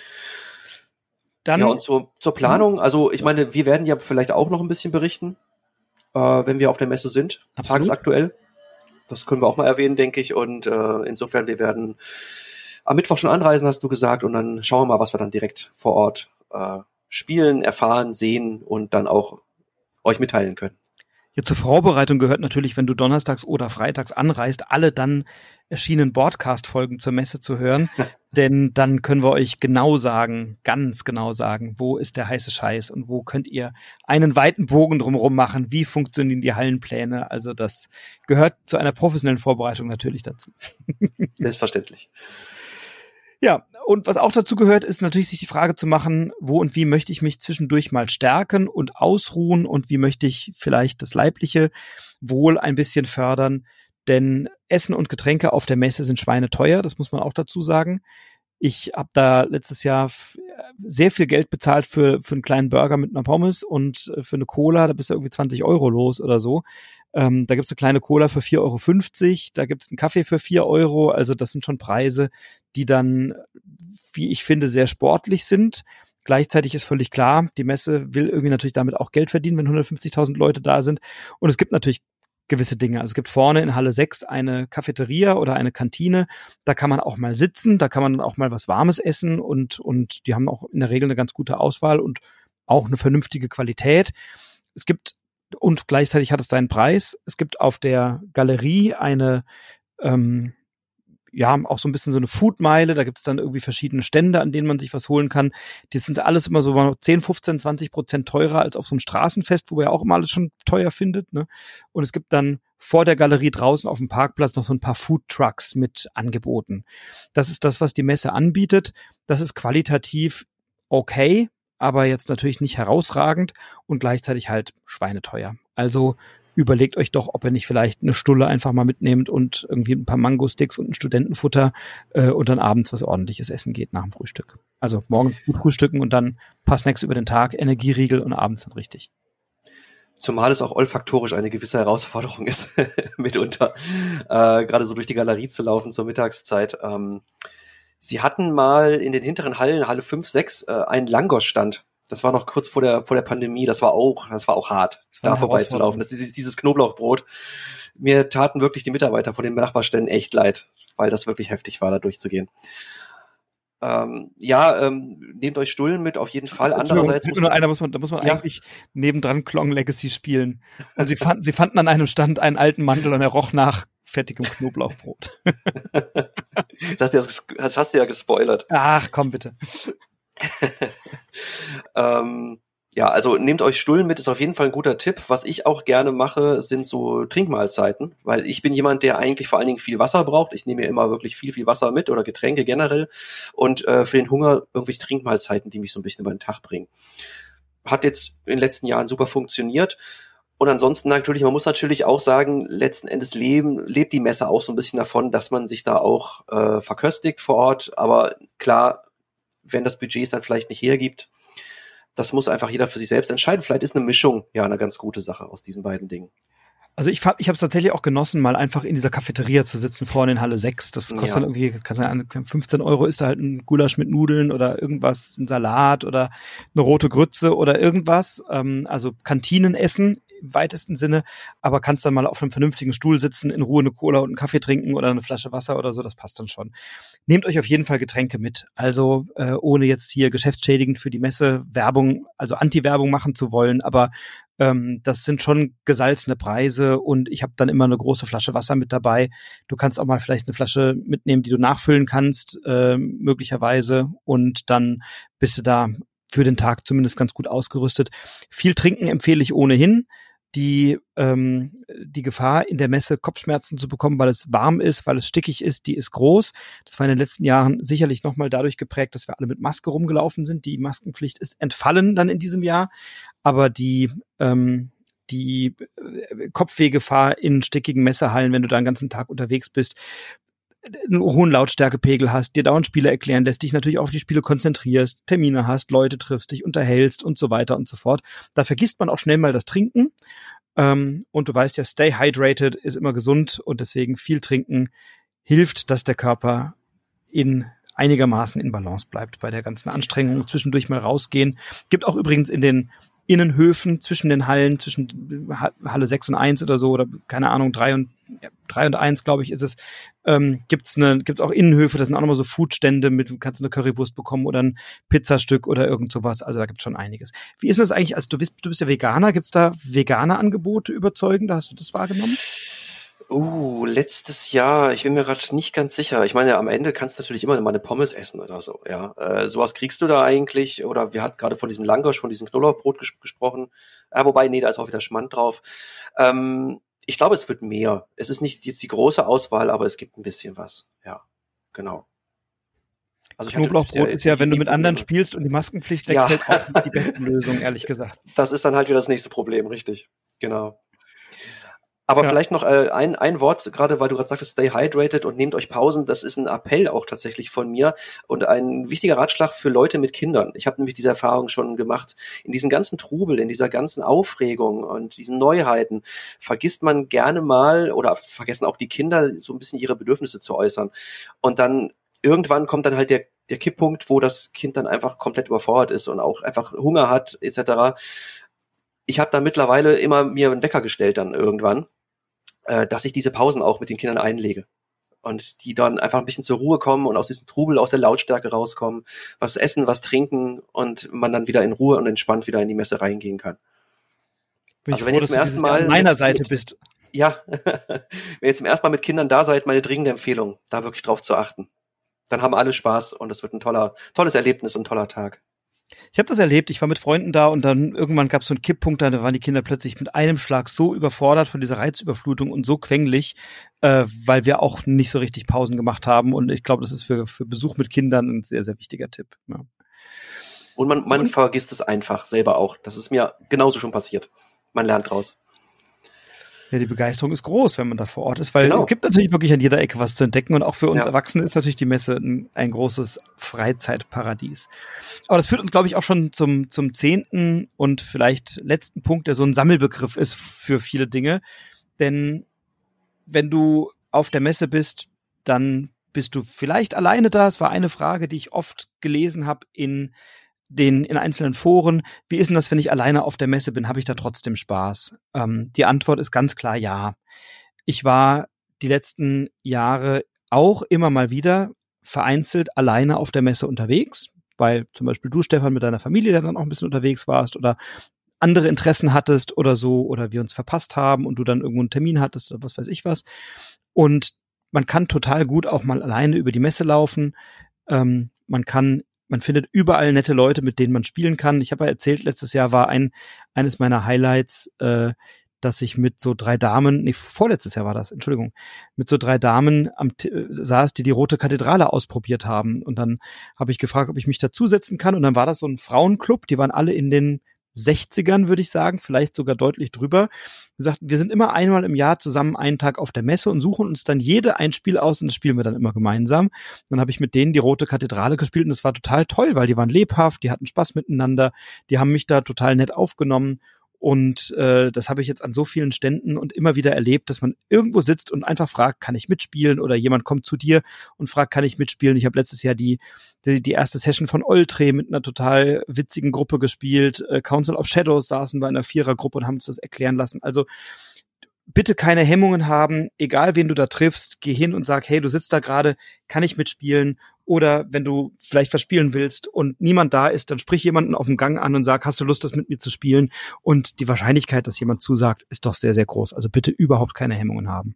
Dann, ja, und zur, zur Planung, also ich meine, wir werden ja vielleicht auch noch ein bisschen berichten, äh, wenn wir auf der Messe sind, Absolut. tagesaktuell. Das können wir auch mal erwähnen, denke ich. Und äh, insofern, wir werden am Mittwoch schon anreisen, hast du gesagt. Und dann schauen wir mal, was wir dann direkt vor Ort äh, spielen, erfahren, sehen und dann auch euch mitteilen können. Ja, zur Vorbereitung gehört natürlich, wenn du donnerstags oder freitags anreist, alle dann erschienenen Broadcast-Folgen zur Messe zu hören. Denn dann können wir euch genau sagen, ganz genau sagen, wo ist der heiße Scheiß und wo könnt ihr einen weiten Bogen drumherum machen, wie funktionieren die Hallenpläne. Also das gehört zu einer professionellen Vorbereitung natürlich dazu. Selbstverständlich. Ja, und was auch dazu gehört, ist natürlich sich die Frage zu machen, wo und wie möchte ich mich zwischendurch mal stärken und ausruhen und wie möchte ich vielleicht das leibliche Wohl ein bisschen fördern. Denn Essen und Getränke auf der Messe sind schweineteuer, das muss man auch dazu sagen. Ich habe da letztes Jahr sehr viel Geld bezahlt für für einen kleinen Burger mit einer Pommes und für eine Cola, da bist du irgendwie zwanzig Euro los oder so. Ähm, da gibt's eine kleine Cola für vier Euro fünfzig, da gibt's einen Kaffee für vier Euro, also das sind schon Preise, die dann, wie ich finde, sehr sportlich sind. Gleichzeitig ist völlig klar, die Messe will irgendwie natürlich damit auch Geld verdienen, wenn hundertfünfzigtausend Leute da sind. Und es gibt natürlich gewisse Dinge. Also es gibt vorne in Halle sechs eine Cafeteria oder eine Kantine. Da kann man auch mal sitzen, da kann man dann auch mal was Warmes essen und, und die haben auch in der Regel eine ganz gute Auswahl und auch eine vernünftige Qualität. Es gibt, und gleichzeitig hat es seinen Preis, es gibt auf der Galerie eine, ähm, ja, auch so ein bisschen so eine Foodmeile, da gibt's dann irgendwie verschiedene Stände, an denen man sich was holen kann. Die sind alles immer so zehn, fünfzehn, zwanzig Prozent teurer als auf so einem Straßenfest, wo man ja auch immer alles schon teuer findet, ne? Und es gibt dann vor der Galerie draußen auf dem Parkplatz noch so ein paar Foodtrucks mit Angeboten. Das ist das, was die Messe anbietet. Das ist qualitativ okay, aber jetzt natürlich nicht herausragend und gleichzeitig halt schweineteuer. Also überlegt euch doch, ob ihr nicht vielleicht eine Stulle einfach mal mitnehmt und irgendwie ein paar Mango-Sticks und ein Studentenfutter äh, und dann abends was Ordentliches essen geht nach dem Frühstück. Also morgens gut frühstücken und dann ein paar Snacks über den Tag, Energieriegel und abends dann richtig. Zumal es auch olfaktorisch eine gewisse Herausforderung ist, mitunter, äh, gerade so durch die Galerie zu laufen zur Mittagszeit. Ähm, sie hatten mal in den hinteren Hallen, Halle fünf, sechs, äh, einen Langos-Stand. Das war noch kurz vor der vor der Pandemie. Das war auch, das war auch hart, da vorbeizulaufen. Das ist dieses Knoblauchbrot. Mir taten wirklich die Mitarbeiter von den Nachbarständen echt leid, weil das wirklich heftig war, da durchzugehen. Ähm, ja, ähm, nehmt euch Stullen mit, auf jeden Fall. Andererseits muss man, einer muss man, da muss man ja. eigentlich nebendran Klong Legacy spielen. Und sie fanden, sie fanden an einem Stand einen alten Mantel und er roch nach fettigem Knoblauchbrot. das, hast du ja, das hast du ja gespoilert. Ach, komm bitte. ähm, ja, also nehmt euch Stullen mit, ist auf jeden Fall ein guter Tipp. Was ich auch gerne mache, sind so Trinkmahlzeiten, weil ich bin jemand, der eigentlich vor allen Dingen viel Wasser braucht. Ich nehme mir immer wirklich viel, viel Wasser mit oder Getränke generell und äh, für den Hunger irgendwelche Trinkmahlzeiten, die mich so ein bisschen über den Tag bringen. Hat jetzt in den letzten Jahren super funktioniert. Und ansonsten natürlich, man muss natürlich auch sagen, letzten Endes leben, lebt die Messe auch so ein bisschen davon, dass man sich da auch äh, verköstigt vor Ort. Aber klar, wenn das Budget es dann vielleicht nicht hergibt, das muss einfach jeder für sich selbst entscheiden. Vielleicht ist eine Mischung ja eine ganz gute Sache aus diesen beiden Dingen. Also ich, ich habe es tatsächlich auch genossen, mal einfach in dieser Cafeteria zu sitzen, vorne in Halle sechs. Das kostet ja. dann irgendwie, kann sein, fünfzehn Euro ist da halt ein Gulasch mit Nudeln oder irgendwas, ein Salat oder eine rote Grütze oder irgendwas. Ähm, also Kantinenessen im weitesten Sinne, aber kannst dann mal auf einem vernünftigen Stuhl sitzen, in Ruhe eine Cola und einen Kaffee trinken oder eine Flasche Wasser oder so, das passt dann schon. Nehmt euch auf jeden Fall Getränke mit. Also äh, ohne jetzt hier geschäftsschädigend für die Messe Werbung, also Anti-Werbung machen zu wollen, aber ähm, das sind schon gesalzene Preise und ich habe dann immer eine große Flasche Wasser mit dabei. Du kannst auch mal vielleicht eine Flasche mitnehmen, die du nachfüllen kannst, äh, möglicherweise, und dann bist du da für den Tag zumindest ganz gut ausgerüstet. Viel trinken empfehle ich ohnehin. Die ähm, die Gefahr in der Messe Kopfschmerzen zu bekommen, weil es warm ist, weil es stickig ist, die ist groß. Das war in den letzten Jahren sicherlich nochmal dadurch geprägt, dass wir alle mit Maske rumgelaufen sind. Die Maskenpflicht ist entfallen dann in diesem Jahr, aber die ähm, die Kopfwehgefahr in stickigen Messehallen, wenn du da den ganzen Tag unterwegs bist, einen hohen Lautstärkepegel hast, dir dauernd Spiele erklären lässt, dich natürlich auf die Spiele konzentrierst, Termine hast, Leute triffst, dich unterhältst und so weiter und so fort. Da vergisst man auch schnell mal das Trinken. Ähm, und du weißt ja, stay hydrated ist immer gesund und deswegen viel trinken hilft, dass der Körper in einigermaßen in Balance bleibt bei der ganzen Anstrengung. Zwischendurch mal rausgehen. Gibt auch übrigens in den Innenhöfen zwischen den Hallen, zwischen Halle sechs und eins oder so, oder keine Ahnung, drei und ja, drei und eins, glaube ich, ist es, ähm, gibt's eine, gibt's auch Innenhöfe, das sind auch nochmal so Foodstände mit, du kannst eine Currywurst bekommen oder ein Pizzastück oder irgend sowas, also da gibt's schon einiges. Wie ist das eigentlich, als du bist, du bist ja Veganer, gibt's da vegane Angebote überzeugend, hast du das wahrgenommen? Uh, letztes Jahr, ich bin mir gerade nicht ganz sicher. Ich meine, am Ende kannst du natürlich immer mal eine Pommes essen oder so, ja. Äh, sowas kriegst du da eigentlich, oder wir hatten gerade von diesem Langosch, von diesem Knoblauchbrot ges- gesprochen. Ja, wobei, nee, da ist auch wieder Schmand drauf. Ähm, ich glaube, es wird mehr. Es ist nicht jetzt die große Auswahl, aber es gibt ein bisschen was, ja, genau. Also Knoblauchbrot ist ja, wenn du mit anderen spielst und die Maskenpflicht wegfällt, ja. auch die beste Lösung, ehrlich gesagt. Das ist dann halt wieder das nächste Problem, richtig, genau. Aber ja. vielleicht noch äh, ein ein Wort, gerade weil du gerade sagtest, stay hydrated und nehmt euch Pausen, das ist ein Appell auch tatsächlich von mir und ein wichtiger Ratschlag für Leute mit Kindern. Ich habe nämlich diese Erfahrung schon gemacht. In diesem ganzen Trubel, in dieser ganzen Aufregung und diesen Neuheiten vergisst man gerne mal, oder vergessen auch die Kinder, so ein bisschen ihre Bedürfnisse zu äußern. Und dann irgendwann kommt dann halt der der Kipppunkt, wo das Kind dann einfach komplett überfordert ist und auch einfach Hunger hat et cetera. Ich habe da mittlerweile immer mir einen Wecker gestellt dann irgendwann, äh, dass ich diese Pausen auch mit den Kindern einlege. Und die dann einfach ein bisschen zur Ruhe kommen und aus diesem Trubel, aus der Lautstärke rauskommen, was essen, was trinken und man dann wieder in Ruhe und entspannt wieder in die Messe reingehen kann. Bin also wenn froh, ihr zum ersten Mal an meiner Seite mit, bist. Ja, wenn ihr zum ersten Mal mit Kindern da seid, meine dringende Empfehlung, da wirklich drauf zu achten. Dann haben alle Spaß und es wird ein toller, tolles Erlebnis und ein toller Tag. Ich habe das erlebt, ich war mit Freunden da und dann irgendwann gab es so einen Kipppunkt, da waren die Kinder plötzlich mit einem Schlag so überfordert von dieser Reizüberflutung und so quengelig, äh, weil wir auch nicht so richtig Pausen gemacht haben und ich glaube, das ist für, für Besuch mit Kindern ein sehr, sehr wichtiger Tipp. Ja. Und man, man so, vergisst es einfach selber auch, das ist mir genauso schon passiert. Man lernt draus. Ja, die Begeisterung ist groß, wenn man da vor Ort ist, weil genau. Es gibt natürlich wirklich an jeder Ecke was zu entdecken und auch für uns ja. Erwachsene ist natürlich die Messe ein, ein großes Freizeitparadies. Aber das führt uns, glaube ich, auch schon zum zum zehnten und vielleicht letzten Punkt, der so ein Sammelbegriff ist für viele Dinge. Denn wenn du auf der Messe bist, dann bist du vielleicht alleine da. Es war eine Frage, die ich oft gelesen habe in den in einzelnen Foren. Wie ist denn das, wenn ich alleine auf der Messe bin? Habe ich da trotzdem Spaß? Ähm, die Antwort ist ganz klar ja. Ich war die letzten Jahre auch immer mal wieder vereinzelt alleine auf der Messe unterwegs, weil zum Beispiel du, Stefan, mit deiner Familie dann auch ein bisschen unterwegs warst oder andere Interessen hattest oder so oder wir uns verpasst haben und du dann irgendwo einen Termin hattest oder was weiß ich was. Und man kann total gut auch mal alleine über die Messe laufen. Ähm, man kann Man findet überall nette Leute, mit denen man spielen kann. Ich habe ja erzählt, letztes Jahr war ein eines meiner Highlights, äh, dass ich mit so drei Damen, nee, vorletztes Jahr war das, Entschuldigung, mit so drei Damen am T- saß, die die Rote Kathedrale ausprobiert haben. Und dann habe ich gefragt, ob ich mich dazusetzen kann. Und dann war das so ein Frauenclub, die waren alle in den sechzigern, würde ich sagen, vielleicht sogar deutlich drüber, gesagt, wir sind immer einmal im Jahr zusammen einen Tag auf der Messe und suchen uns dann jede ein Spiel aus und das spielen wir dann immer gemeinsam. Dann habe ich mit denen die Rote Kathedrale gespielt und das war total toll, weil die waren lebhaft, die hatten Spaß miteinander, die haben mich da total nett aufgenommen. Und äh, das habe ich jetzt an so vielen Ständen und immer wieder erlebt, dass man irgendwo sitzt und einfach fragt, kann ich mitspielen? Oder jemand kommt zu dir und fragt, kann ich mitspielen? Ich habe letztes Jahr die, die die erste Session von Oltre mit einer total witzigen Gruppe gespielt. Äh, Council of Shadows saßen wir in einer Vierergruppe und haben uns das erklären lassen. Also bitte keine Hemmungen haben, egal wen du da triffst, geh hin und sag, hey, du sitzt da gerade, kann ich mitspielen? Oder wenn du vielleicht was spielen willst und niemand da ist, dann sprich jemanden auf dem Gang an und sag, hast du Lust, das mit mir zu spielen? Und die Wahrscheinlichkeit, dass jemand zusagt, ist doch sehr, sehr groß. Also bitte überhaupt keine Hemmungen haben.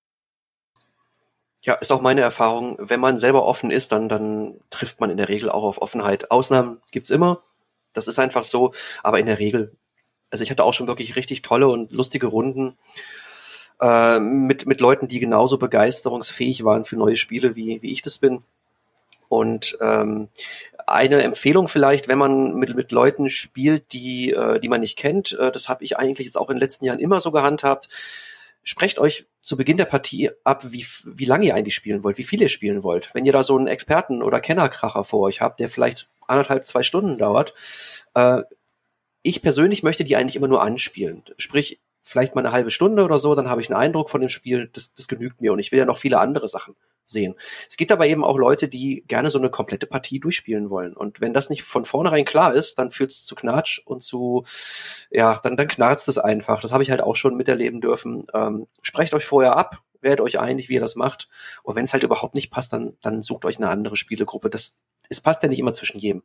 Ja, ist auch meine Erfahrung. Wenn man selber offen ist, dann, dann trifft man in der Regel auch auf Offenheit. Ausnahmen gibt's immer. Das ist einfach so. Aber in der Regel, also ich hatte auch schon wirklich richtig tolle und lustige Runden äh, mit, mit Leuten, die genauso begeisterungsfähig waren für neue Spiele, wie, wie ich das bin. Und ähm, eine Empfehlung vielleicht, wenn man mit, mit Leuten spielt, die, äh, die man nicht kennt, äh, das habe ich eigentlich jetzt auch in den letzten Jahren immer so gehandhabt, sprecht euch zu Beginn der Partie ab, wie, wie lange ihr eigentlich spielen wollt, wie viel ihr spielen wollt. Wenn ihr da so einen Experten- oder Kennerkracher vor euch habt, der vielleicht anderthalb, zwei Stunden dauert, äh, ich persönlich möchte die eigentlich immer nur anspielen. Sprich, vielleicht mal eine halbe Stunde oder so, dann habe ich einen Eindruck von dem Spiel, das, das genügt mir und ich will ja noch viele andere Sachen sehen. Es gibt aber eben auch Leute, die gerne so eine komplette Partie durchspielen wollen. Und wenn das nicht von vornherein klar ist, dann führt es zu Knatsch und zu, ja, dann, dann knarzt es einfach. Das habe ich halt auch schon miterleben dürfen. Ähm, sprecht euch vorher ab, werdet euch einig, wie ihr das macht. Und wenn es halt überhaupt nicht passt, dann, dann sucht euch eine andere Spielegruppe. Das, es passt ja nicht immer zwischen jedem.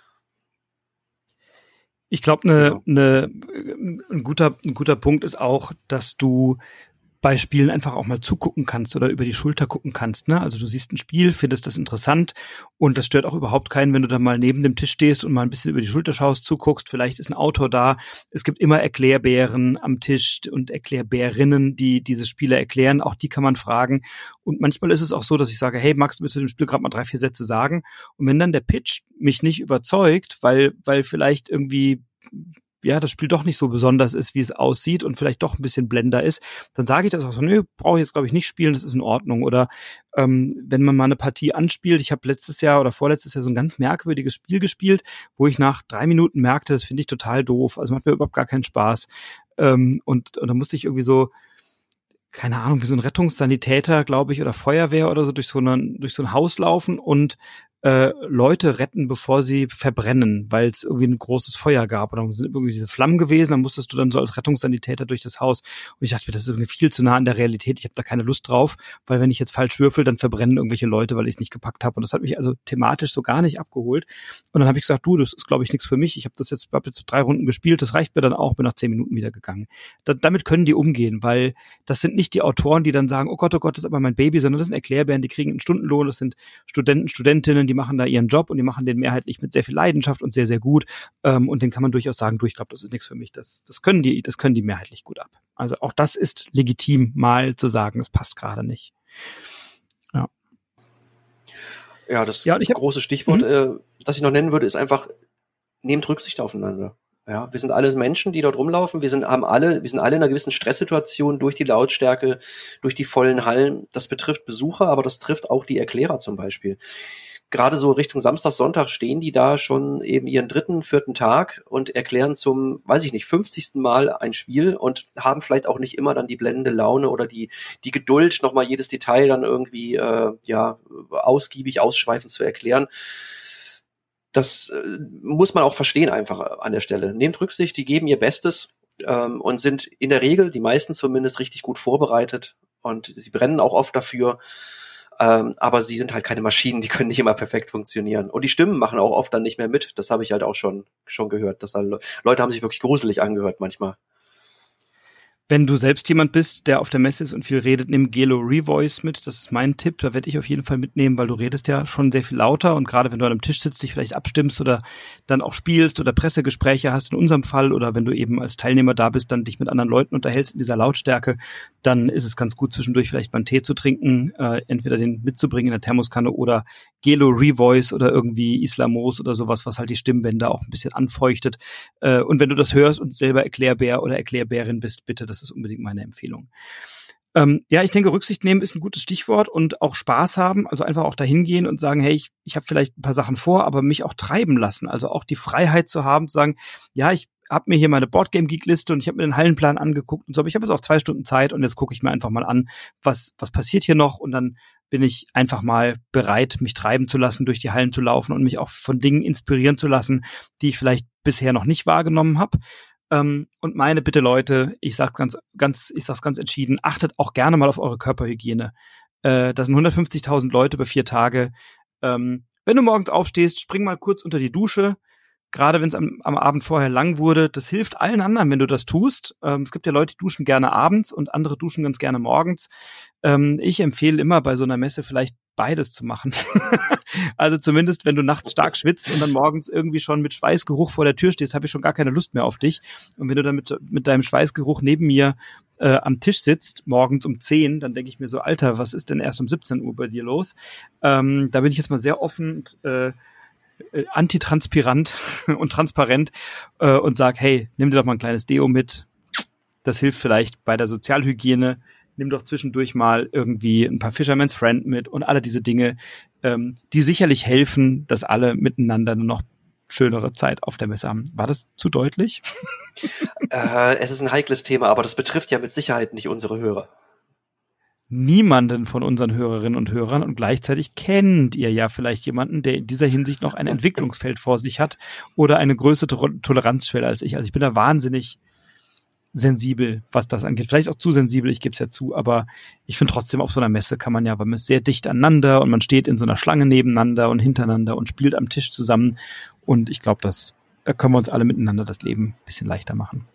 Ich glaube, ne, ne, ein guter, ein guter Punkt ist auch, dass du bei Spielen einfach auch mal zugucken kannst oder über die Schulter gucken kannst, ne? Also du siehst ein Spiel, findest das interessant und das stört auch überhaupt keinen, wenn du da mal neben dem Tisch stehst und mal ein bisschen über die Schulter schaust, zuguckst, vielleicht ist ein Autor da. Es gibt immer Erklärbären am Tisch und Erklärbärinnen, die diese Spiele erklären, auch die kann man fragen. Und manchmal ist es auch so, dass ich sage, hey, magst du mir zu dem Spiel gerade mal drei, vier Sätze sagen? Und wenn dann der Pitch mich nicht überzeugt, weil, weil vielleicht irgendwie ja, das Spiel doch nicht so besonders ist, wie es aussieht und vielleicht doch ein bisschen blender ist, dann sage ich das auch so, nö, brauche ich jetzt, glaube ich, nicht spielen, das ist in Ordnung. Oder ähm, wenn man mal eine Partie anspielt, ich habe letztes Jahr oder vorletztes Jahr so ein ganz merkwürdiges Spiel gespielt, wo ich nach drei Minuten merkte, das finde ich total doof, also macht mir überhaupt gar keinen Spaß. Ähm, und, und da musste ich irgendwie so, keine Ahnung, wie so ein Rettungssanitäter, glaube ich, oder Feuerwehr oder so durch so, eine, durch so ein Haus laufen und äh, Leute retten, bevor sie verbrennen, weil es irgendwie ein großes Feuer gab. Oder sind irgendwie diese Flammen gewesen, dann musstest du dann so als Rettungssanitäter durch das Haus. Und ich dachte mir, das ist irgendwie viel zu nah an der Realität. Ich habe da keine Lust drauf, weil wenn ich jetzt falsch würfel, dann verbrennen irgendwelche Leute, weil ich es nicht gepackt habe. Und das hat mich also thematisch so gar nicht abgeholt. Und dann habe ich gesagt, du, das ist, glaube ich, nichts für mich. Ich habe das jetzt, hab jetzt drei Runden gespielt, das reicht mir dann auch, bin nach zehn Minuten wieder gegangen. Da, damit können die umgehen, weil das sind nicht die Autoren, die dann sagen, oh Gott, oh Gott, das ist aber mein Baby, sondern das sind Erklärbären, die kriegen einen Stundenlohn, das sind Studenten, Studentinnen, die machen da ihren Job und die machen den mehrheitlich mit sehr viel Leidenschaft und sehr, sehr gut. Ähm, und den kann man durchaus sagen, du, ich glaube, das ist nichts für mich. Das, das können die, das können die mehrheitlich gut ab. Also auch das ist legitim, mal zu sagen, es passt gerade nicht. Ja. Ja, das ja, ich hab, große Stichwort, äh, das ich noch nennen würde, ist einfach, nehmt Rücksicht aufeinander. Ja, wir sind alle Menschen, die dort rumlaufen. Wir sind, haben alle, wir sind alle in einer gewissen Stresssituation durch die Lautstärke, durch die vollen Hallen. Das betrifft Besucher, aber das trifft auch die Erklärer zum Beispiel. Gerade so Richtung Samstag, Sonntag stehen die da schon eben ihren dritten, vierten Tag und erklären zum, weiß ich nicht, fünfzigsten Mal ein Spiel und haben vielleicht auch nicht immer dann die blendende Laune oder die die Geduld, nochmal jedes Detail dann irgendwie äh, ja ausgiebig, ausschweifend zu erklären. Das äh, muss man auch verstehen einfach an der Stelle. Nehmt Rücksicht, die geben ihr Bestes ähm, und sind in der Regel, die meisten zumindest, richtig gut vorbereitet und sie brennen auch oft dafür. Ähm, aber sie sind halt keine Maschinen, die können nicht immer perfekt funktionieren. Und die Stimmen machen auch oft dann nicht mehr mit. Das habe ich halt auch schon schon gehört. Dass da Le- Leute haben sich wirklich gruselig angehört manchmal. Wenn du selbst jemand bist, der auf der Messe ist und viel redet, nimm Gelo Revoice mit. Das ist mein Tipp. Da werde ich auf jeden Fall mitnehmen, weil du redest ja schon sehr viel lauter und gerade wenn du an einem Tisch sitzt, dich vielleicht abstimmst oder dann auch spielst oder Pressegespräche hast in unserem Fall oder wenn du eben als Teilnehmer da bist, dann dich mit anderen Leuten unterhältst in dieser Lautstärke, dann ist es ganz gut, zwischendurch vielleicht mal einen Tee zu trinken, äh, entweder den mitzubringen in der Thermoskanne oder Gelo Revoice oder irgendwie Islamos oder sowas, was halt die Stimmbänder auch ein bisschen anfeuchtet. Äh, und wenn du das hörst und selber Erklärbär oder Erklärbärin bist, bitte, das ist unbedingt meine Empfehlung. Ähm, ja, ich denke, Rücksicht nehmen ist ein gutes Stichwort und auch Spaß haben, also einfach auch dahin gehen und sagen, hey, ich, ich habe vielleicht ein paar Sachen vor, aber mich auch treiben lassen, also auch die Freiheit zu haben, zu sagen, ja, ich habe mir hier meine Boardgame-Geek-Liste und ich habe mir den Hallenplan angeguckt und so, aber ich habe jetzt auch zwei Stunden Zeit und jetzt gucke ich mir einfach mal an, was was passiert hier noch und dann bin ich einfach mal bereit, mich treiben zu lassen, durch die Hallen zu laufen und mich auch von Dingen inspirieren zu lassen, die ich vielleicht bisher noch nicht wahrgenommen habe. Ähm, und meine Bitte, Leute, ich sag's ganz, ganz, ich sag's ganz entschieden, achtet auch gerne mal auf eure Körperhygiene. Äh, das sind hundertfünfzigtausend Leute über vier Tage. Ähm, wenn du morgens aufstehst, spring mal kurz unter die Dusche. Gerade wenn es am, am Abend vorher lang wurde, das hilft allen anderen, wenn du das tust. Ähm, es gibt ja Leute, die duschen gerne abends und andere duschen ganz gerne morgens. Ähm, ich empfehle immer bei so einer Messe vielleicht beides zu machen. Also zumindest, wenn du nachts stark schwitzt und dann morgens irgendwie schon mit Schweißgeruch vor der Tür stehst, habe ich schon gar keine Lust mehr auf dich. Und wenn du dann mit, mit deinem Schweißgeruch neben mir äh, am Tisch sitzt, morgens um zehn, dann denke ich mir so, Alter, was ist denn erst um siebzehn Uhr bei dir los? Ähm, da bin ich jetzt mal sehr offen und äh, äh, antitranspirant und transparent äh, und sag, hey, nimm dir doch mal ein kleines Deo mit. Das hilft vielleicht bei der Sozialhygiene. Nimm doch zwischendurch mal irgendwie ein paar Fisherman's Friend mit und alle diese Dinge, ähm, die sicherlich helfen, dass alle miteinander eine noch schönere Zeit auf der Messe haben. War das zu deutlich? Äh, es ist ein heikles Thema, aber das betrifft ja mit Sicherheit nicht unsere Hörer. Niemanden von unseren Hörerinnen und Hörern und gleichzeitig kennt ihr ja vielleicht jemanden, der in dieser Hinsicht noch ein Entwicklungsfeld vor sich hat oder eine größere Toleranzschwelle als ich. Also ich bin da wahnsinnig sensibel, was das angeht. Vielleicht auch zu sensibel, ich gebe es ja zu, aber ich finde trotzdem, auf so einer Messe kann man ja, weil man ist sehr dicht aneinander und man steht in so einer Schlange nebeneinander und hintereinander und spielt am Tisch zusammen und ich glaube, dass da können wir uns alle miteinander das Leben ein bisschen leichter machen.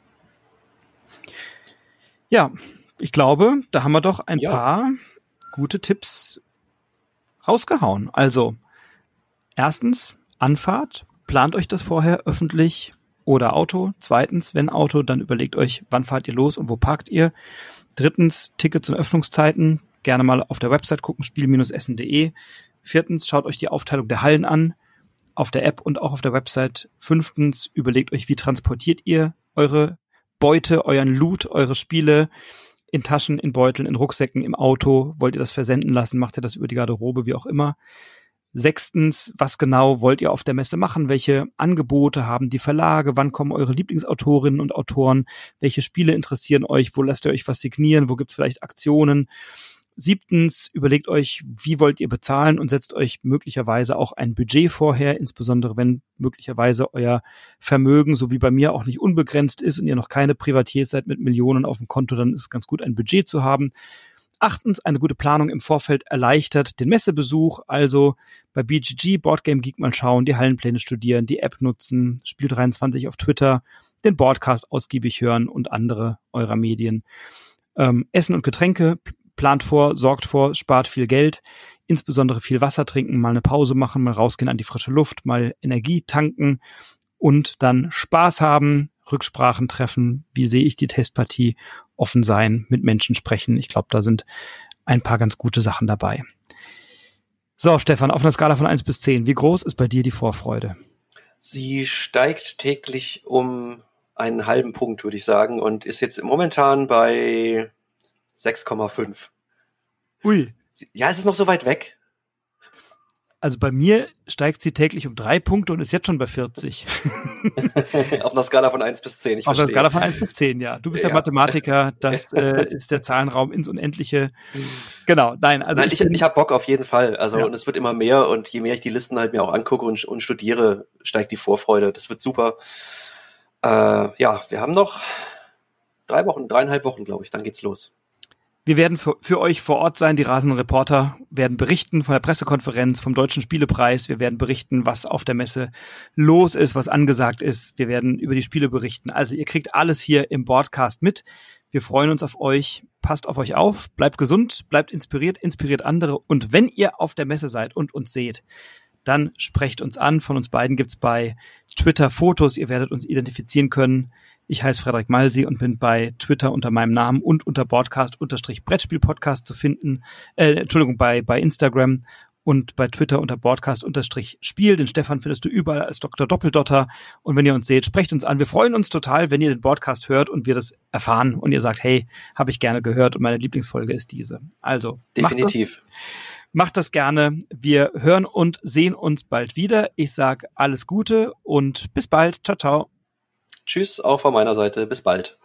Ja, ich glaube, da haben wir doch ein ja. paar gute Tipps rausgehauen. Also, erstens, Anfahrt, plant euch das vorher öffentlich oder Auto. Zweitens, wenn Auto, dann überlegt euch, wann fahrt ihr los und wo parkt ihr. Drittens, Tickets und Öffnungszeiten, gerne mal auf der Website gucken, spiel Bindestrich essen Punkt de. Viertens, schaut euch die Aufteilung der Hallen an, auf der App und auch auf der Website. Fünftens, überlegt euch, wie transportiert ihr eure Beute, euren Loot, eure Spiele in Taschen, in Beuteln, in Rucksäcken, im Auto. Wollt ihr das versenden lassen? Macht ihr das über die Garderobe, wie auch immer? Sechstens, was genau wollt ihr auf der Messe machen? Welche Angebote haben die Verlage? Wann kommen eure Lieblingsautorinnen und Autoren? Welche Spiele interessieren euch? Wo lasst ihr euch was signieren? Wo gibt's vielleicht Aktionen? Siebtens, überlegt euch, wie wollt ihr bezahlen und setzt euch möglicherweise auch ein Budget vorher, insbesondere wenn möglicherweise euer Vermögen, so wie bei mir, auch nicht unbegrenzt ist und ihr noch keine Privatiers seid mit Millionen auf dem Konto, dann ist es ganz gut, ein Budget zu haben. Achtens, eine gute Planung im Vorfeld erleichtert den Messebesuch, also bei B G G, Boardgame Geek mal schauen, die Hallenpläne studieren, die App nutzen, Spiel dreiundzwanzig auf Twitter, den Podcast ausgiebig hören und andere eurer Medien. Ähm, Essen und Getränke, plant vor, sorgt vor, spart viel Geld, insbesondere viel Wasser trinken, mal eine Pause machen, mal rausgehen an die frische Luft, mal Energie tanken und dann Spaß haben, Rücksprachen treffen, wie sehe ich die Testpartie, offen sein, mit Menschen sprechen. Ich glaube, da sind ein paar ganz gute Sachen dabei. So, Stefan, auf einer Skala von eins bis zehn, wie groß ist bei dir die Vorfreude? Sie steigt täglich um einen halben Punkt, würde ich sagen, und ist jetzt momentan bei sechs Komma fünf. Ui. Ja, es ist noch so weit weg. Also bei mir steigt sie täglich um drei Punkte und ist jetzt schon bei vierzig. Auf einer Skala von eins bis zehn, ich Auf verstehe. einer Skala von eins bis zehn, ja. Du bist ja. der Mathematiker, das äh, ist der Zahlenraum ins Unendliche. Genau, nein. Also nein, ich, ich, ich habe Bock auf jeden Fall. Also ja. Und es wird immer mehr und je mehr ich die Listen halt mir auch angucke und, und studiere, steigt die Vorfreude. Das wird super. Äh, ja, wir haben noch drei Wochen, dreieinhalb Wochen, glaube ich, dann geht's los. Wir werden für, für euch vor Ort sein. Die rasenden Reporter werden berichten von der Pressekonferenz, vom Deutschen Spielepreis. Wir werden berichten, was auf der Messe los ist, was angesagt ist. Wir werden über die Spiele berichten. Also ihr kriegt alles hier im Broadcast mit. Wir freuen uns auf euch. Passt auf euch auf. Bleibt gesund, bleibt inspiriert, inspiriert andere. Und wenn ihr auf der Messe seid und uns seht, dann sprecht uns an. Von uns beiden gibt's bei Twitter Fotos. Ihr werdet uns identifizieren können. Ich heiße Frederik Malsi und bin bei Twitter unter meinem Namen und unter Broadcast-Brettspiel-Podcast zu finden. Äh, Entschuldigung, bei, bei Instagram und bei Twitter unter Broadcast-Spiel. Den Stefan findest du überall als Doktor Doppeldotter. Und wenn ihr uns seht, sprecht uns an. Wir freuen uns total, wenn ihr den Broadcast hört und wir das erfahren und ihr sagt, hey, habe ich gerne gehört und meine Lieblingsfolge ist diese. Also, definitiv. Macht das, macht das gerne. Wir hören und sehen uns bald wieder. Ich sage alles Gute und bis bald. Ciao, ciao. Tschüss, auch von meiner Seite. Bis bald.